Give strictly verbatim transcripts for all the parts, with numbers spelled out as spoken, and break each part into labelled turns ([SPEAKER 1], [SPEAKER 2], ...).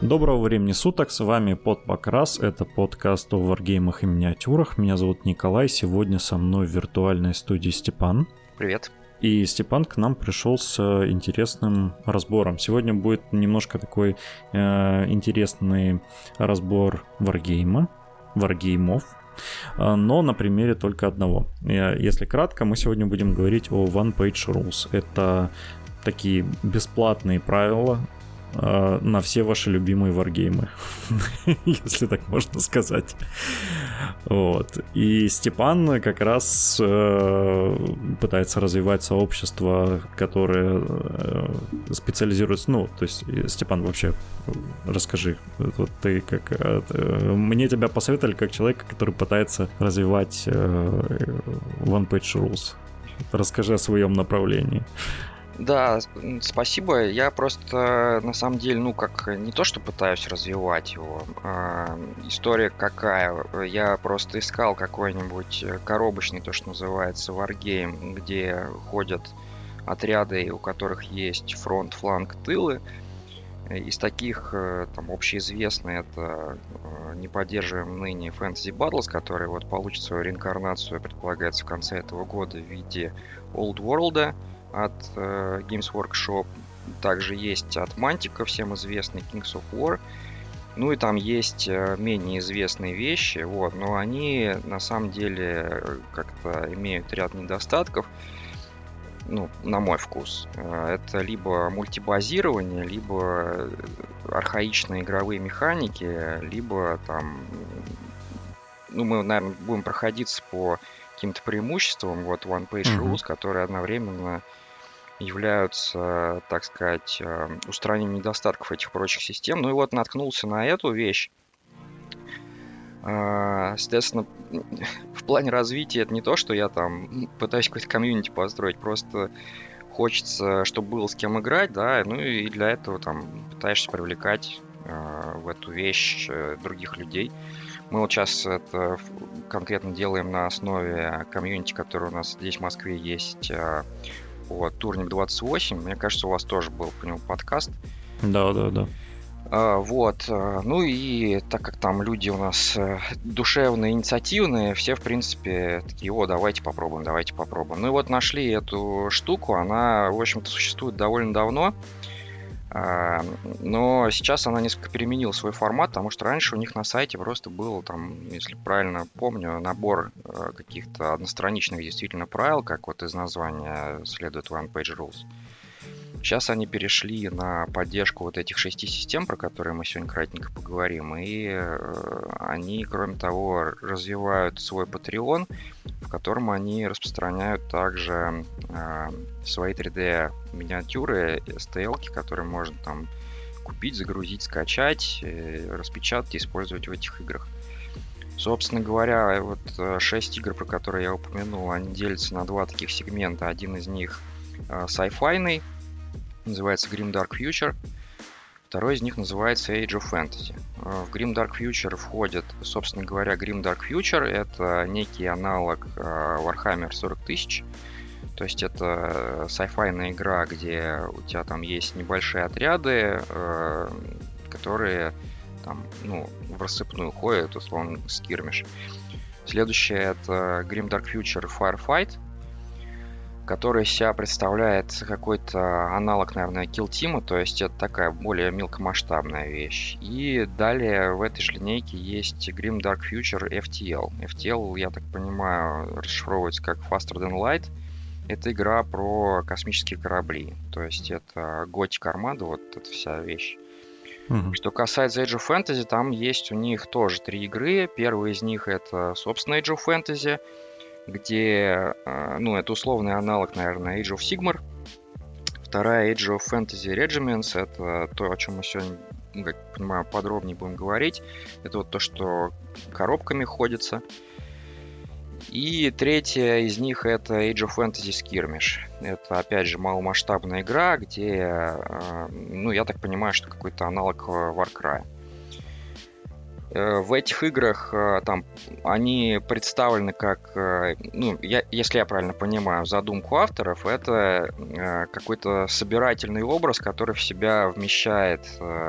[SPEAKER 1] Доброго времени суток, с вами Подпокрас, это подкаст о варгеймах и миниатюрах. Меня зовут Николай, сегодня со мной в виртуальной студии Степан.
[SPEAKER 2] Привет.
[SPEAKER 1] И Степан к нам пришел с интересным разбором. Сегодня будет немножко такой э, интересный разбор варгейма, варгеймов, э, но на примере только одного. Если кратко, мы сегодня будем говорить о One Page Rules. Это такие бесплатные правила на все ваши любимые варгеймы, если так можно сказать. Вот. И Степан как раз э, пытается развивать сообщество, которое э, специализируется. Ну, то есть, Степан, вообще расскажи, вот ты как э, мне тебя посоветовали как человека, который пытается развивать э, One Page Rules. Расскажи о своем направлении.
[SPEAKER 2] Да, спасибо. Я просто, на самом деле, ну, как не то, что пытаюсь развивать его. А, история какая? Я просто искал какой-нибудь коробочный, то, что называется, варгейм, где ходят отряды, у которых есть фронт, фланг, тылы. Из таких, там, общеизвестные, это не поддерживаем ныне Fantasy Battles, который вот получит свою реинкарнацию, предполагается, в конце этого года в виде Old World от э, Games Workshop. Также есть от Mantic всем известный Kings of War. Ну и там есть э, менее известные вещи, вот, но они на самом деле как-то имеют ряд недостатков, ну, на мой вкус. Это либо мультибазирование, либо архаичные игровые механики, либо там, ну, мы, наверное, будем проходиться по каким-то преимуществам, вот, One Page Rules, mm-hmm. которые одновременно являются, так сказать, устранением недостатков этих прочих систем. Ну и вот наткнулся на эту вещь. Соответственно, в плане развития это не то, что я там пытаюсь какой-то комьюнити построить, просто хочется, чтобы было с кем играть, да, ну и для этого там пытаешься привлекать в эту вещь других людей. Мы вот сейчас это конкретно делаем на основе комьюнити, который у нас здесь в Москве есть. Вот, Турник двадцать восемь, мне кажется, у вас тоже был по нему подкаст.
[SPEAKER 1] Да, да, да.
[SPEAKER 2] А, вот, ну и так как там люди у нас душевные, инициативные, все, в принципе, такие: о, давайте попробуем, давайте попробуем. Ну и вот нашли эту штуку, она, в общем-то, существует довольно давно, но сейчас она несколько переменила свой формат, потому что раньше у них на сайте просто был, там, если правильно помню, набор каких-то одностраничных действительно правил, как вот из названия следует One Page Rules. Сейчас они перешли на поддержку вот этих шести систем, про которые мы сегодня кратенько поговорим, и они, кроме того, развивают свой Patreon, в котором они распространяют также э, свои три дэ-миниатюры, эс тэ эл-ки, которые можно там купить, загрузить, скачать, э, распечатать и использовать в этих играх. Собственно говоря, вот шесть игр, про которые я упомянул, они делятся на два таких сегмента. Один из них э, sci-fi-ный, называется Grim Dark Future. Второй из них называется Age of Fantasy. В Grim Dark Future входит, собственно говоря, Grim Dark Future. Это некий аналог Warhammer сорок тысяч. То есть это sci-fi игра, где у тебя там есть небольшие отряды, которые там, ну, в рассыпную ходят, условно, скирмиш. Следующее это Grim Dark Future Firefight, который из себя представляет какой-то аналог, наверное, Kill Team, то есть это такая более мелкомасштабная вещь. И далее в этой же линейке есть Grim Dark Future эф ти эл. эф ти эл, я так понимаю, расшифровывается как Faster Than Light. Это игра про космические корабли, то есть это Gothic Armada, вот эта вся вещь. Mm-hmm. Что касается Age of Fantasy, там есть у них тоже три игры. Первая из них это, собственно, Age of Fantasy, где, ну, это условный аналог, наверное, Age of Sigmar. Вторая Age of Fantasy Regiments, это то, о чем мы сегодня, ну, как я понимаю, подробнее будем говорить. Это вот то, что коробками ходится. И третья из них это Age of Fantasy Skirmish. Это, опять же, маломасштабная игра, где, ну, я так понимаю, что какой-то аналог Warcry. в этих играх там они представлены как, ну, я, если я правильно понимаю, задумку авторов, это какой-то собирательный образ, который в себя вмещает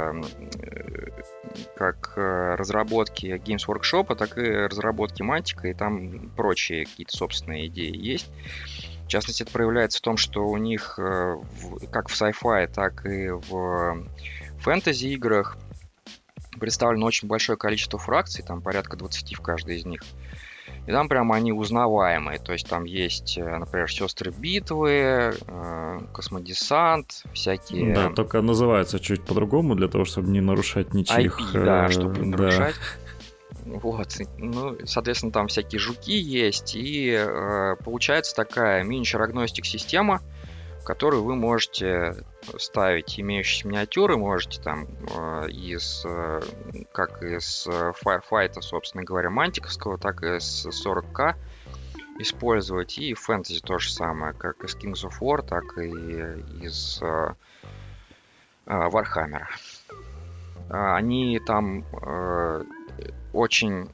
[SPEAKER 2] как разработки Games Workshop, так и разработки Mantic, и там прочие какие-то собственные идеи есть. В частности, это проявляется в том, что у них как в sci-fi, так и в фэнтези-играх представлено очень большое количество фракций, там порядка двадцати в каждой из них. И там прямо они узнаваемые. То есть там есть, например, сестры битвы, космодесант, всякие...
[SPEAKER 1] Да, только называется чуть по-другому, для того, чтобы не нарушать ничьих...
[SPEAKER 2] ай пи, да, чтобы не нарушать. Вот. Ну, соответственно, там всякие жуки есть. И э, получается такая миничер-агностик-система, в которую вы можете ставить имеющиеся миниатюры, можете там э, из, э, как из Firefight, собственно говоря, мантиковского, так и с сорок ка использовать. И в фэнтези то же самое, как из Kings of War, так и из э, Warhammer. Они там э, очень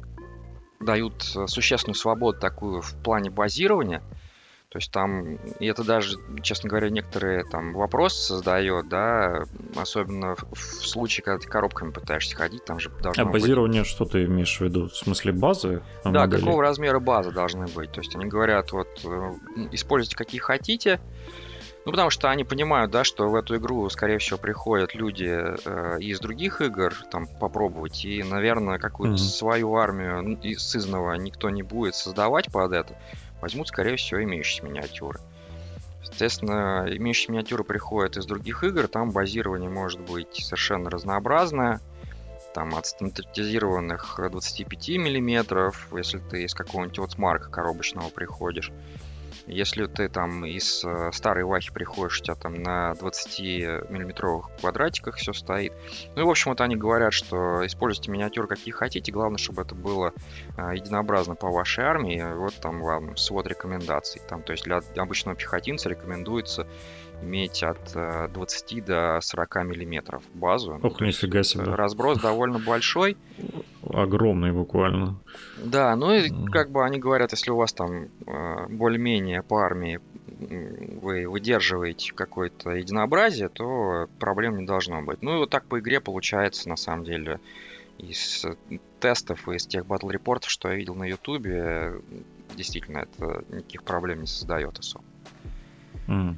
[SPEAKER 2] дают существенную свободу такую в плане базирования. То есть там, и это даже, честно говоря, некоторые там вопросы создает, да, особенно в, в случае, когда ты коробками пытаешься ходить, там же должно
[SPEAKER 1] быть... А базирование, что ты имеешь в виду? В смысле базы?
[SPEAKER 2] Да, модели? Какого размера базы должны быть. То есть они говорят, вот, используйте какие хотите, ну, потому что они понимают, да, что в эту игру, скорее всего, приходят люди э, из других игр там попробовать, и, наверное, какую-то mm-hmm. свою армию из сызного никто не будет создавать под это. Возьмут, скорее всего, имеющиеся миниатюры. Соответственно, имеющиеся миниатюры приходят из других игр, там базирование может быть совершенно разнообразное, там от стандартизированных двадцати пяти миллиметров, если ты из какого-нибудь вот смарка коробочного приходишь. Если ты там из э, старой вахи приходишь, у тебя там на двадцатимиллиметровых квадратиках все стоит. Ну и, в общем, вот они говорят, что используйте миниатюры какие хотите, главное, чтобы это было э, единообразно по вашей армии. Вот там вам свод рекомендаций. Там, то есть для обычного пехотинца рекомендуется иметь от э, двадцати до сорока миллиметров базу.
[SPEAKER 1] Ох, ну, нифига себе.
[SPEAKER 2] Разброс довольно большой.
[SPEAKER 1] Огромный буквально.
[SPEAKER 2] Да, ну и как бы они говорят, если у вас там э, более-менее по армии вы выдерживаете какое-то единообразие, то проблем не должно быть. Ну и вот так по игре получается, на самом деле, из тестов и из тех батл-репортов, что я видел на Ютубе, действительно, это никаких проблем не создает особо.
[SPEAKER 1] Mm.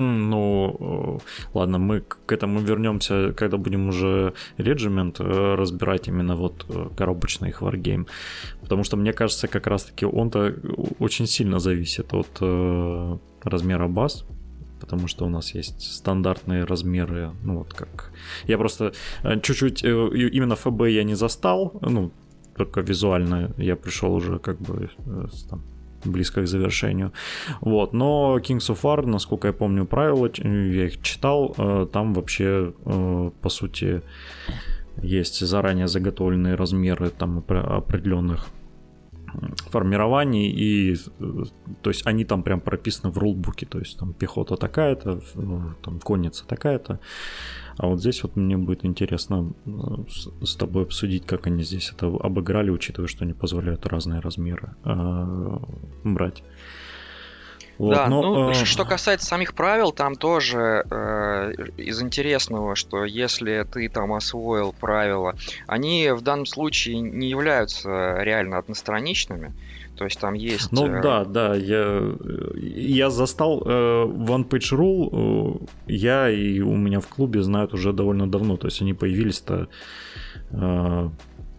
[SPEAKER 1] Ну, ладно, мы к этому вернемся, когда будем уже Regiment разбирать именно вот коробочный их Wargame. Потому что, мне кажется, как раз-таки он-то очень сильно зависит от э, размера баз. Потому что у нас есть стандартные размеры, ну вот как... Я просто чуть-чуть... Именно эф бэ я не застал, ну, только визуально я пришел уже как бы там, близко к завершению. Вот. Но Kings of War, насколько я помню правила, я их читал, там вообще, по сути, есть заранее заготовленные размеры там определенных формирований, и то есть они там прям прописаны в рулбуке, то есть там пехота такая-то, там конница такая-то. А вот здесь вот мне будет интересно с тобой обсудить, как они здесь это обыграли, учитывая, что они позволяют разные размеры э, брать.
[SPEAKER 2] Вот, да, но, ну, э... что касается самих правил, там тоже э, из интересного, что если ты там освоил правила, они в данном случае не являются реально одностраничными. То есть там есть...
[SPEAKER 1] Ну э... да, да, я, я застал э, One Page Rule, э, я и у меня в клубе знают уже довольно давно, то есть они появились-то... Э,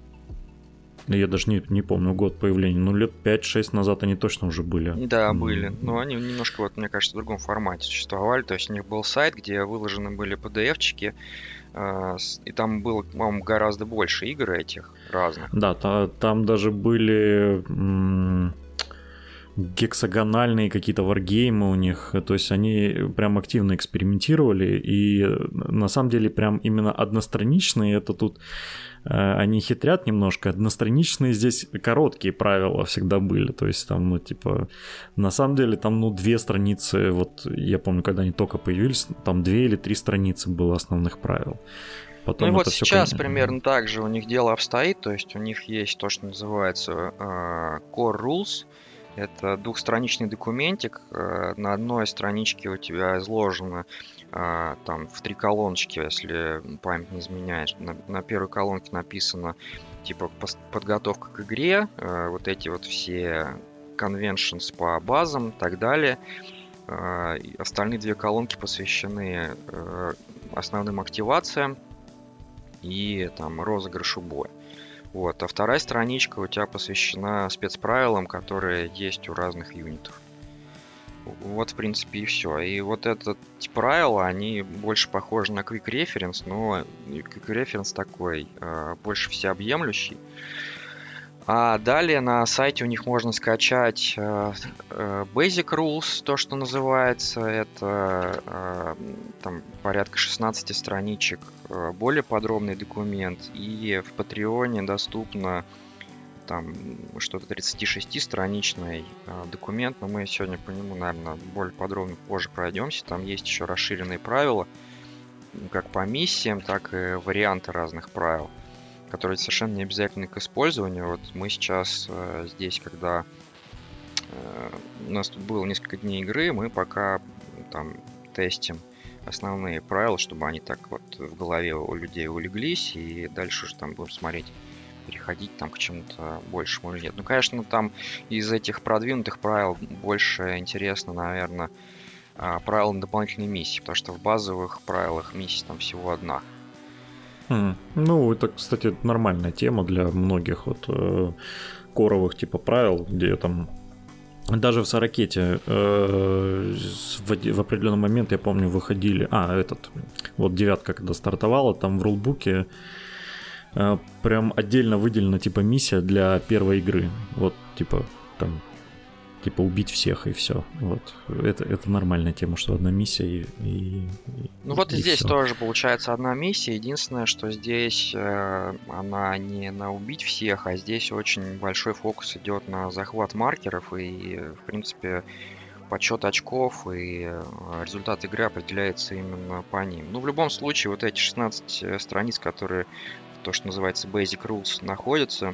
[SPEAKER 1] я даже не, не помню год появления, но лет пять-шесть назад они точно уже были.
[SPEAKER 2] Да, были. Но они немножко, вот, мне кажется, в другом формате существовали. То есть у них был сайт, где выложены были пи ди эфчики, э, и там было, по-моему, гораздо больше игр этих разных.
[SPEAKER 1] Да, та, там даже были... М- гексагональные какие-то варгеймы у них, то есть они прям активно экспериментировали, и на самом деле прям именно одностраничные, это тут они хитрят немножко, одностраничные здесь короткие правила всегда были, то есть там, ну, типа, на самом деле там, ну, две страницы, вот я помню, когда они только появились, там две или три страницы было основных правил. Потом
[SPEAKER 2] ну и вот
[SPEAKER 1] это
[SPEAKER 2] сейчас
[SPEAKER 1] всё...
[SPEAKER 2] примерно так же у них дело обстоит, то есть у них есть то, что называется э, Core Rules. Это двухстраничный документик. Э, на одной страничке у тебя изложено э, там в три колоночки, если память не изменяет. На, на первой колонке написано типа подготовка к игре, э, вот эти вот все conventions по базам и так далее. Э, остальные две колонки посвящены э, основным активациям и там розыгрышу боя. Вот. А вторая страничка у тебя посвящена спецправилам, которые есть у разных юнитов. Вот, в принципе, и все. И вот этот тип правила, они больше похожи на Quick Reference, но Quick Reference такой, больше всеобъемлющий. А далее на сайте у них можно скачать э, э, Basic Rules, то, что называется. Это э, там порядка шестнадцать страничек, э, более подробный документ. И в Патреоне доступно там что-то тридцатишестистраничный э, документ. Но мы сегодня по нему, наверное, более подробно позже пройдемся. Там есть еще расширенные правила, как по миссиям, так и варианты разных правил, которые совершенно не обязательны к использованию. Вот мы сейчас э, здесь, когда э, у нас тут было несколько дней игры, мы пока там тестим основные правила, чтобы они так вот в голове у людей улеглись, и дальше уже там будем смотреть, переходить там к чему-то большему или нет. Ну, конечно, там из этих продвинутых правил больше интересно, наверное, правила на дополнительные миссии, потому что в базовых правилах миссий там всего одна.
[SPEAKER 1] Mm. Ну, это, кстати, нормальная тема для многих вот э, коровых типа правил, где там даже в Сорокете э, в, в определенный момент, я помню, выходили... А, этот, вот девятка, когда стартовала, там в рулбуке э, прям отдельно выделена типа миссия для первой игры. Вот, типа, там... Типа убить всех и все. Вот. Это, это нормальная тема, что одна миссия и. и
[SPEAKER 2] ну вот и,
[SPEAKER 1] и
[SPEAKER 2] здесь
[SPEAKER 1] всё.
[SPEAKER 2] тоже получается одна миссия. Единственное, что здесь э, она не на убить всех, а здесь очень большой фокус идет на захват маркеров и, в принципе, подсчет очков и результат игры определяется именно по ним. Ну, в любом случае, вот эти шестнадцать страниц, которые, то, что называется Basic Rules, находятся,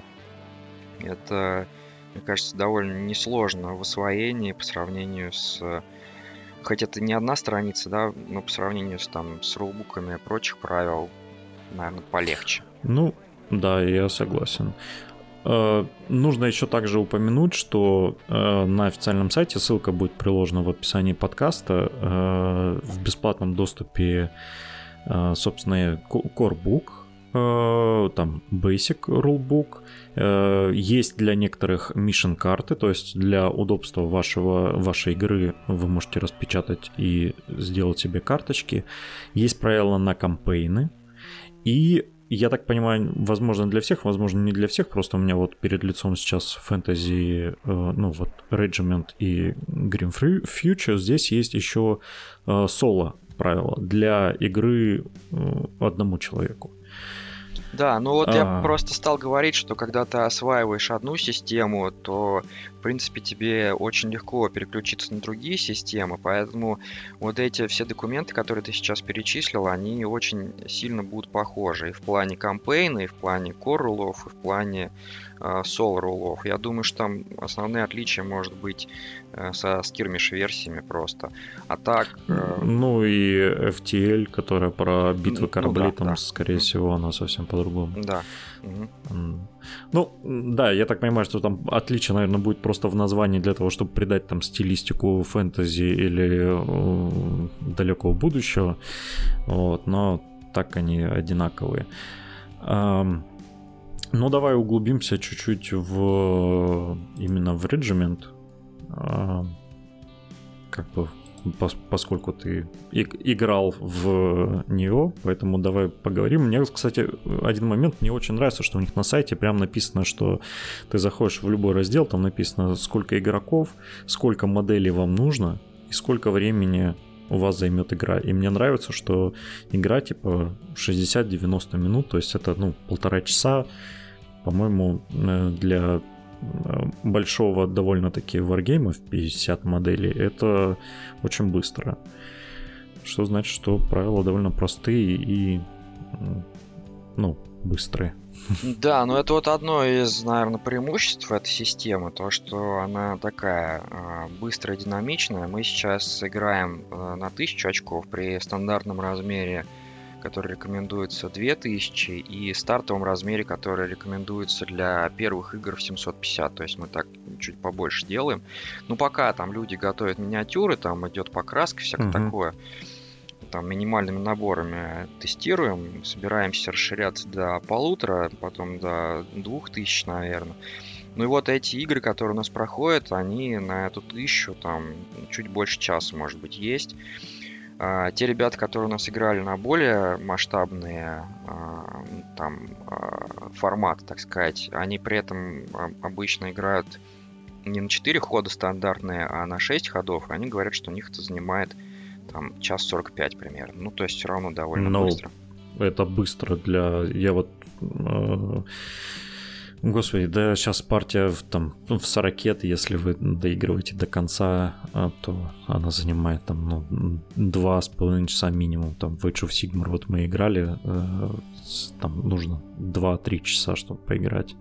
[SPEAKER 2] это, мне кажется, довольно несложно в освоении по сравнению с... Хоть это не одна страница, да, но по сравнению с, там, с рулбуками и прочих правил, наверное, полегче.
[SPEAKER 1] Ну, да, я согласен. Э, нужно еще также упомянуть, что э, на официальном сайте, ссылка будет приложена в описании подкаста, э, в бесплатном доступе, э, собственно, Corebook, э, там Basic Rulebook, э, есть для некоторых mission карты, то есть для удобства вашего, вашей игры вы можете распечатать и сделать себе карточки. Есть правила на кампейны. И я так понимаю, возможно, для всех, возможно, не для всех. Просто у меня вот перед лицом сейчас фэнтези, ну вот, Regiment и Grim Future. Здесь есть еще соло правила для игры одному человеку.
[SPEAKER 2] Да, ну вот
[SPEAKER 1] а...
[SPEAKER 2] я просто стал говорить, что когда ты осваиваешь одну систему, то, в принципе, тебе очень легко переключиться на другие системы, поэтому вот эти все документы, которые ты сейчас перечислил, они очень сильно будут похожи и в плане кампейна, и в плане core рулов, и в плане э, solo рулов. Я думаю, что там основные отличия может быть э, со скирмиш-версиями просто. А так... Э...
[SPEAKER 1] Ну и эф ти эль, которая про битвы кораблей, ну, да, там,
[SPEAKER 2] да.
[SPEAKER 1] скорее mm-hmm. всего, она совсем по-другому.
[SPEAKER 2] Да. Угу.
[SPEAKER 1] Ну, да, я так понимаю, что там отличие, наверное, будет просто в названии для того, чтобы придать там стилистику фэнтези или э, далекого будущего. Вот, но так они одинаковые. Эм, ну, давай углубимся чуть-чуть в именно в Regiment. Эм, как бы поскольку ты играл в нее, поэтому давай поговорим. Мне, кстати, один момент мне очень нравится, что у них на сайте прям написано, что ты заходишь в любой раздел, там написано, сколько игроков, сколько моделей вам нужно и сколько времени у вас займет игра. И мне нравится, что игра типа шестьдесят-девяносто минут, то есть это, ну, полтора часа, по-моему, для большого довольно-таки варгейма в пятьдесят моделей, это очень быстро. Что значит, что правила довольно простые и, ну, быстрые.
[SPEAKER 2] Да, но это вот одно из, наверное, преимуществ этой системы, то, что она такая э, быстрая, динамичная. Мы сейчас играем э, на тысячу очков при стандартном размере, который рекомендуется две тысячи, и стартовом размере, который рекомендуется для первых игр в семьсот пятьдесят. То есть мы так чуть побольше делаем. Ну, пока там люди готовят миниатюры, там идет покраска, всякое uh-huh. такое. Там минимальными наборами тестируем, собираемся расширяться до полутора, потом до двух тысяч, наверное. Ну и вот эти игры, которые у нас проходят, они на эту тысячу там чуть больше часа, может быть, есть. А, те ребята, которые у нас играли на более масштабные а, там а, форматы, так сказать, они при этом обычно играют не на четыре хода стандартные, а на шесть ходов. И они говорят, что у них это занимает там час сорок пять примерно. Ну, то есть все равно довольно
[SPEAKER 1] Но
[SPEAKER 2] быстро.
[SPEAKER 1] Это быстро для... Я вот... Э... Господи, да сейчас партия в, там, в сорокет, если вы доигрываете до конца, то она занимает там, ну, два с половиной часа минимум. Там в Age of Sigmar вот мы играли, э... там нужно два-три часа, чтобы поиграть.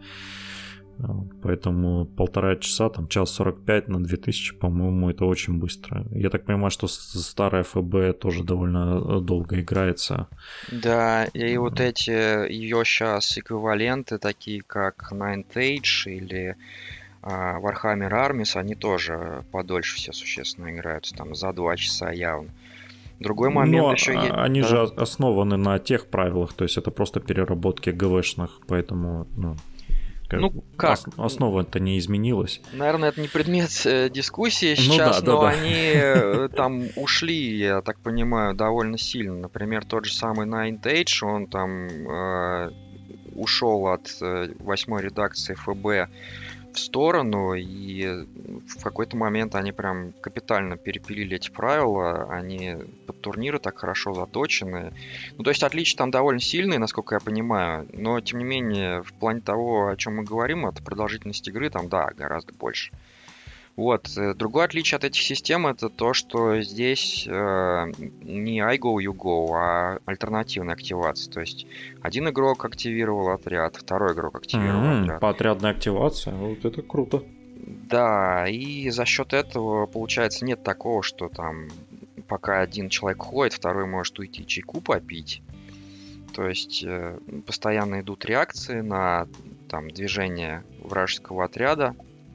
[SPEAKER 1] Поэтому полтора часа, там час сорок пять на две тысячи, по-моему, это очень быстро. Я так понимаю, что старая эф бэ тоже довольно долго играется.
[SPEAKER 2] Да, и вот эти ее сейчас эквиваленты, такие как Ninth Age или uh, Warhammer Armies, они тоже подольше все существенно играются, там за два часа явно. Другой момент
[SPEAKER 1] Но
[SPEAKER 2] еще есть.
[SPEAKER 1] Они
[SPEAKER 2] да.
[SPEAKER 1] же основаны на тех правилах, то есть это просто переработки ГВшных, поэтому... Ну... Как,
[SPEAKER 2] ну, как?
[SPEAKER 1] Основа-то не изменилась.
[SPEAKER 2] Наверное, это не предмет э, дискуссии сейчас, ну, да, но да, они да. там ушли, я так понимаю, довольно сильно. Например, тот же самый Ninth Age, он там э, ушел от э, восьмой редакции эф бэ в сторону, и в какой-то момент они прям капитально перепилили эти правила, они под турниры так хорошо заточены. Ну, то есть отличия там довольно сильные, насколько я понимаю, но, тем не менее, в плане того, о чем мы говорим, это продолжительность игры там, да, гораздо больше. Вот. Другое отличие от этих систем — это то, что здесь э, не I go, you go, а альтернативная активация. То есть один игрок активировал отряд, второй игрок активировал mm-hmm, отряд.
[SPEAKER 1] Поотрядная акtivация, вот это круто.
[SPEAKER 2] Да, и за счет этого, получается, нет такого, что там пока один человек ходит, второй может уйти чайку попить. То есть э, постоянно идут реакции на там, движение вражеского отряда.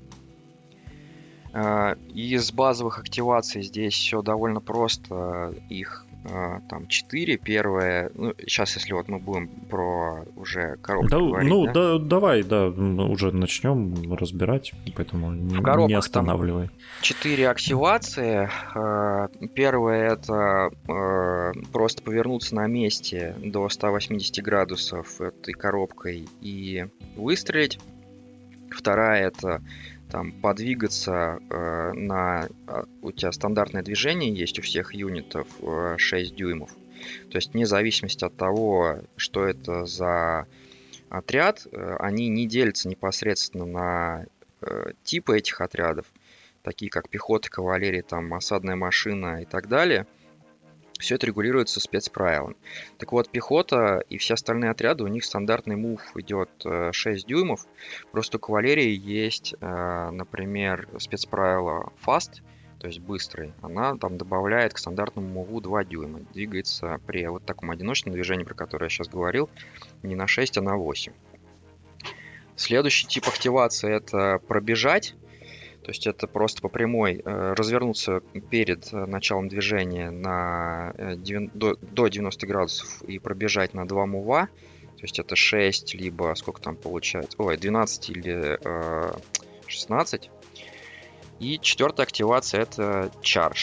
[SPEAKER 2] Из базовых активаций здесь все довольно просто. Их там четыре. Первое, ну, сейчас, если вот мы будем про уже коробки
[SPEAKER 1] да,
[SPEAKER 2] говорить,
[SPEAKER 1] ну,
[SPEAKER 2] да?
[SPEAKER 1] да, давай, да, уже начнем разбирать, поэтому
[SPEAKER 2] в
[SPEAKER 1] не останавливай.
[SPEAKER 2] Четыре активации. Первое — это просто повернуться на месте до ста восьмидесяти градусов этой коробкой и выстрелить. Вторая — это там подвигаться э, на... У тебя стандартное движение есть у всех юнитов э, шесть дюймов. То есть вне зависимости от того, что это за отряд, э, они не делятся непосредственно на э, типы этих отрядов, такие как пехота, кавалерия, там, осадная машина и так далее. Все это регулируется спецправилами. Так вот, пехота и все остальные отряды, у них стандартный мув идет шесть дюймов. Просто у кавалерии есть, например, спецправило fast, то есть быстрый. Она там добавляет к стандартному муву два дюйма. Двигается при вот таком одиночном движении, про которое я сейчас говорил, не на шесть, а на восемь. Следующий тип активации — это пробежать. То есть это просто по прямой э, развернуться перед э, началом движения на, э, девяносто, до, до девяноста градусов и пробежать на два мува. То есть это шесть, либо сколько там получается, ой, двенадцать или э, шестнадцать. И четвертая активация — это charge.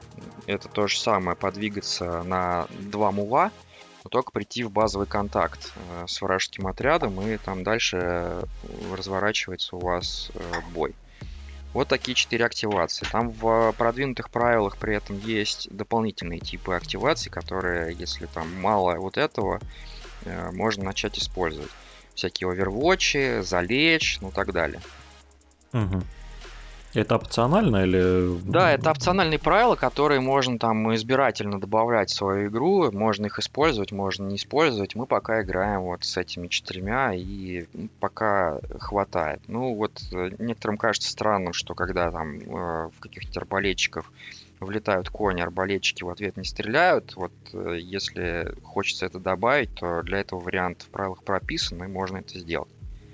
[SPEAKER 2] это то же самое, подвигаться на два мува, но только прийти в базовый контакт э, с вражеским отрядом, и там дальше разворачивается у вас э, бой. Вот такие четыре активации. Там в продвинутых правилах при этом есть дополнительные типы активаций, которые, если там мало вот этого, э, можно начать использовать. Всякие овервотчи, залечь, ну и так далее.
[SPEAKER 1] Угу. Это опционально или...
[SPEAKER 2] Да, это опциональные правила, которые можно там избирательно добавлять в свою игру. Можно их использовать, можно не использовать. Мы пока играем вот с этими четырьмя, и пока хватает. Ну вот некоторым кажется странным, что когда там э, в каких-нибудь арбалетчиков влетают кони, арбалетчики в ответ не стреляют. Вот э, если хочется это добавить, то для этого вариант в правилах прописан, и можно это сделать.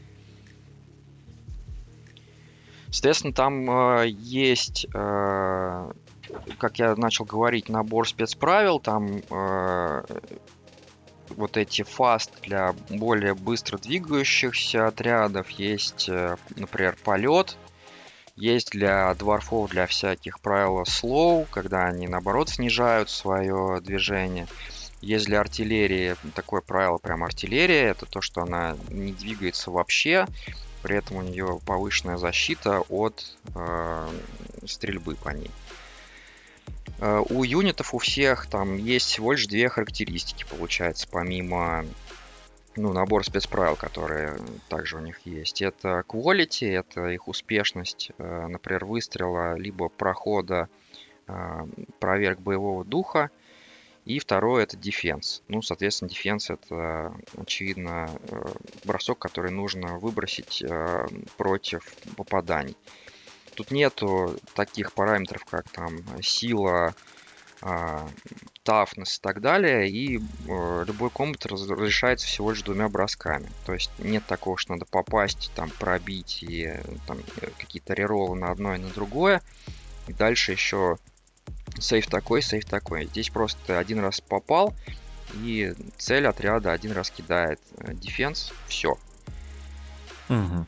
[SPEAKER 2] Соответственно, там э, есть, э, как я начал говорить, набор спецправил, там э, вот эти фаст для более быстро двигающихся отрядов, есть, э, например, полет, есть для дворфов, для всяких правил slow, когда они, наоборот, снижают свое движение. Есть для артиллерии такое правило, прям артиллерия, это то, что она не двигается вообще. При этом у нее повышенная защита от э, стрельбы по ней. Э, у юнитов у всех там есть всего лишь две характеристики, получается, помимо ну, набора спецправил, которые также у них есть. Это quality, это их успешность, э, например, выстрела, либо прохода э, проверок боевого духа. И второе это дефенс. Ну, соответственно, дефенс это, очевидно, бросок, который нужно выбросить против попаданий. Тут нету таких параметров, как там сила, тафнес и так далее. И любой комбат разрешается всего лишь двумя бросками. То есть нет такого, что надо попасть, там, пробить и там, какие-то реролы на одно и на другое. И дальше еще сейф такой, сейф такой. Здесь просто один раз попал, и цель отряда один раз кидает дефенс. Все.
[SPEAKER 1] Угу.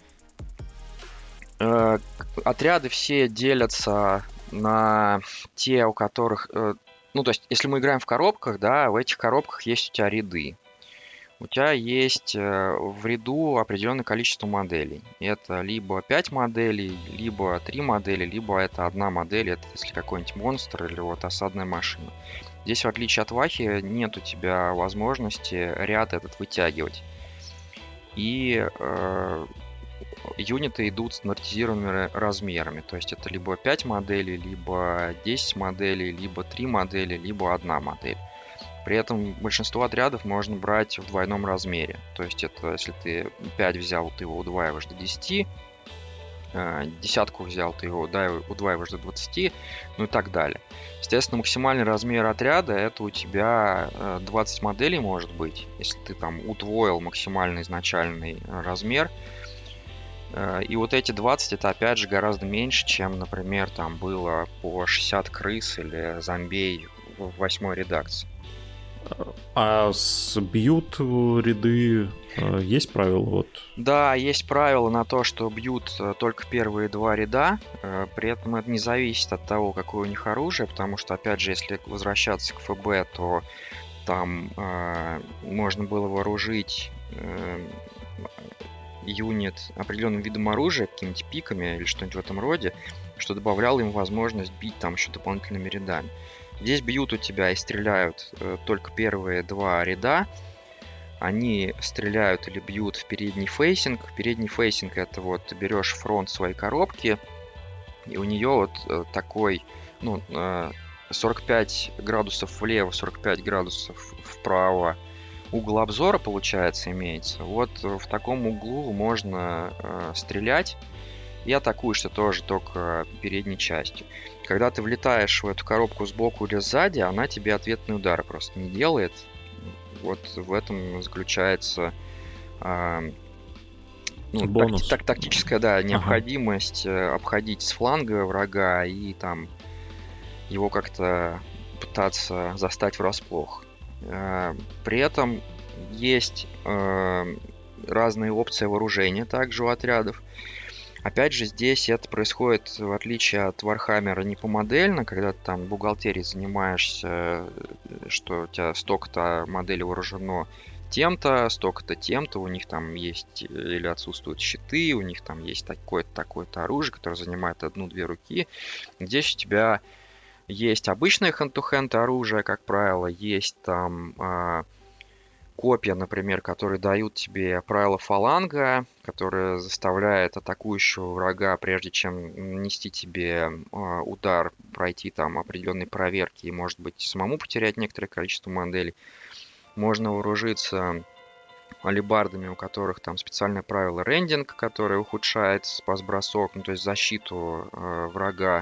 [SPEAKER 2] Э, отряды все делятся на те, у которых... Э, ну, то есть, если мы играем в коробках, да, в этих коробках есть у тебя ряды. У тебя есть в ряду определенное количество моделей. Это либо пять моделей, либо три модели, либо это одна модель, это если какой-нибудь монстр или вот осадная машина. Здесь, в отличие от Вахи, нет у тебя возможности ряд этот вытягивать. И э, юниты идут стандартизированными размерами. То есть это либо пять моделей, либо десять моделей, либо три модели, либо одна модель. При этом большинство отрядов можно брать в двойном размере. То есть это если ты пять взял, ты его удваиваешь до десяти, десятку взял, ты его удваиваешь до двадцати, ну и так далее. Естественно, максимальный размер отряда это у тебя двадцать моделей может быть, если ты там удвоил максимальный изначальный размер. И вот эти двадцать это опять же гораздо меньше, чем, например, там было по шестьдесят крыс или зомбей в восьмой редакции.
[SPEAKER 1] А бьют ряды, есть правила? Вот?
[SPEAKER 2] Да, есть правила на то, что бьют только первые два ряда. При этом это не зависит от того, какое у них оружие, потому что, опять же, если возвращаться к ФБ, то там э, можно было вооружить э, юнит определенным видом оружия, какими-нибудь пиками или что-нибудь в этом роде, что добавляло им возможность бить там еще дополнительными рядами. Здесь бьют у тебя и стреляют э, только первые два ряда. Они стреляют или бьют в передний фейсинг. Передний фейсинг это вот ты берешь фронт своей коробки, и у нее вот э, такой, ну, э, сорок пять градусов влево, сорок пять градусов вправо угол обзора, получается, имеется. Вот в таком углу можно э, стрелять. И атакуешь ты тоже только передней частью. Когда ты влетаешь в эту коробку сбоку или сзади, она тебе ответный удар просто не делает. Вот в этом заключается э, ну,
[SPEAKER 1] бонус.
[SPEAKER 2] Так, так, тактическая, да, необходимость ага. обходить с фланга врага и там его как-то пытаться застать врасплох. Э, при этом есть э, разные опции вооружения также у отрядов. Опять же, здесь это происходит, в отличие от Warhammer, не помодельно, когда ты там бухгалтерией занимаешься, что у тебя столько-то моделей вооружено тем-то, столько-то тем-то, у них там есть или отсутствуют щиты, у них там есть такое-то, такое-то оружие, которое занимает одну-две руки. Здесь у тебя есть обычное hand-to-hand оружие, как правило, есть там э, копья, например, которые дают тебе правила фаланга, которые заставляют атакующего врага, прежде чем нанести тебе э, удар, пройти там определенные проверки и, может быть, самому потерять некоторое количество моделей. Можно вооружиться алебардами, у которых там специальное правило рендинг, которое ухудшает спас-бросок, ну то есть защиту э, врага.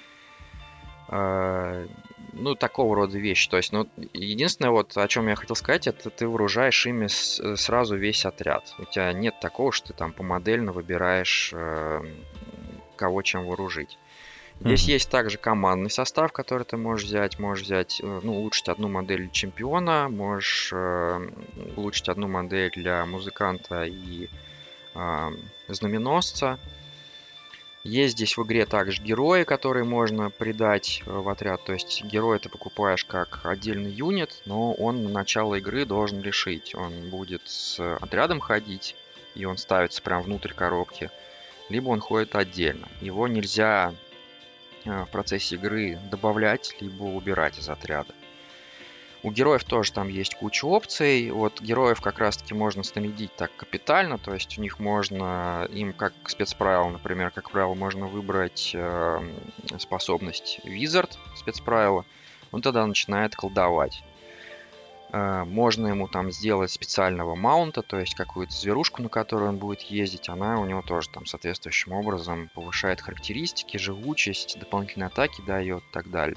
[SPEAKER 2] Э, ну, такого рода вещи. То есть, ну, единственное, вот о чем я хотел сказать, это ты вооружаешь ими с, сразу весь отряд. У тебя нет такого, что ты там помодельно выбираешь, э, кого чем вооружить. Здесь mm-hmm. есть также командный состав, который ты можешь взять. Можешь взять, ну, улучшить одну модель чемпиона, можешь э, улучшить одну модель для музыканта и э, знаменосца. Есть здесь в игре также герои, которые можно придать в отряд. То есть героя ты покупаешь как отдельный юнит, но он на начало игры должен решить. Он будет с отрядом ходить, и он ставится прямо внутрь коробки, либо он ходит отдельно. Его нельзя в процессе игры добавлять, либо убирать из отряда. У героев тоже там есть куча опций. Вот героев как раз-таки можно снарядить так капитально, то есть у них можно, им как спецправило, например, как правило, можно выбрать э, способность Wizard, спецправило, он тогда начинает колдовать. Э, можно ему там сделать специального маунта, то есть какую-то зверушку, на которую он будет ездить, она у него тоже там соответствующим образом повышает характеристики, живучесть, дополнительные атаки дает и так далее.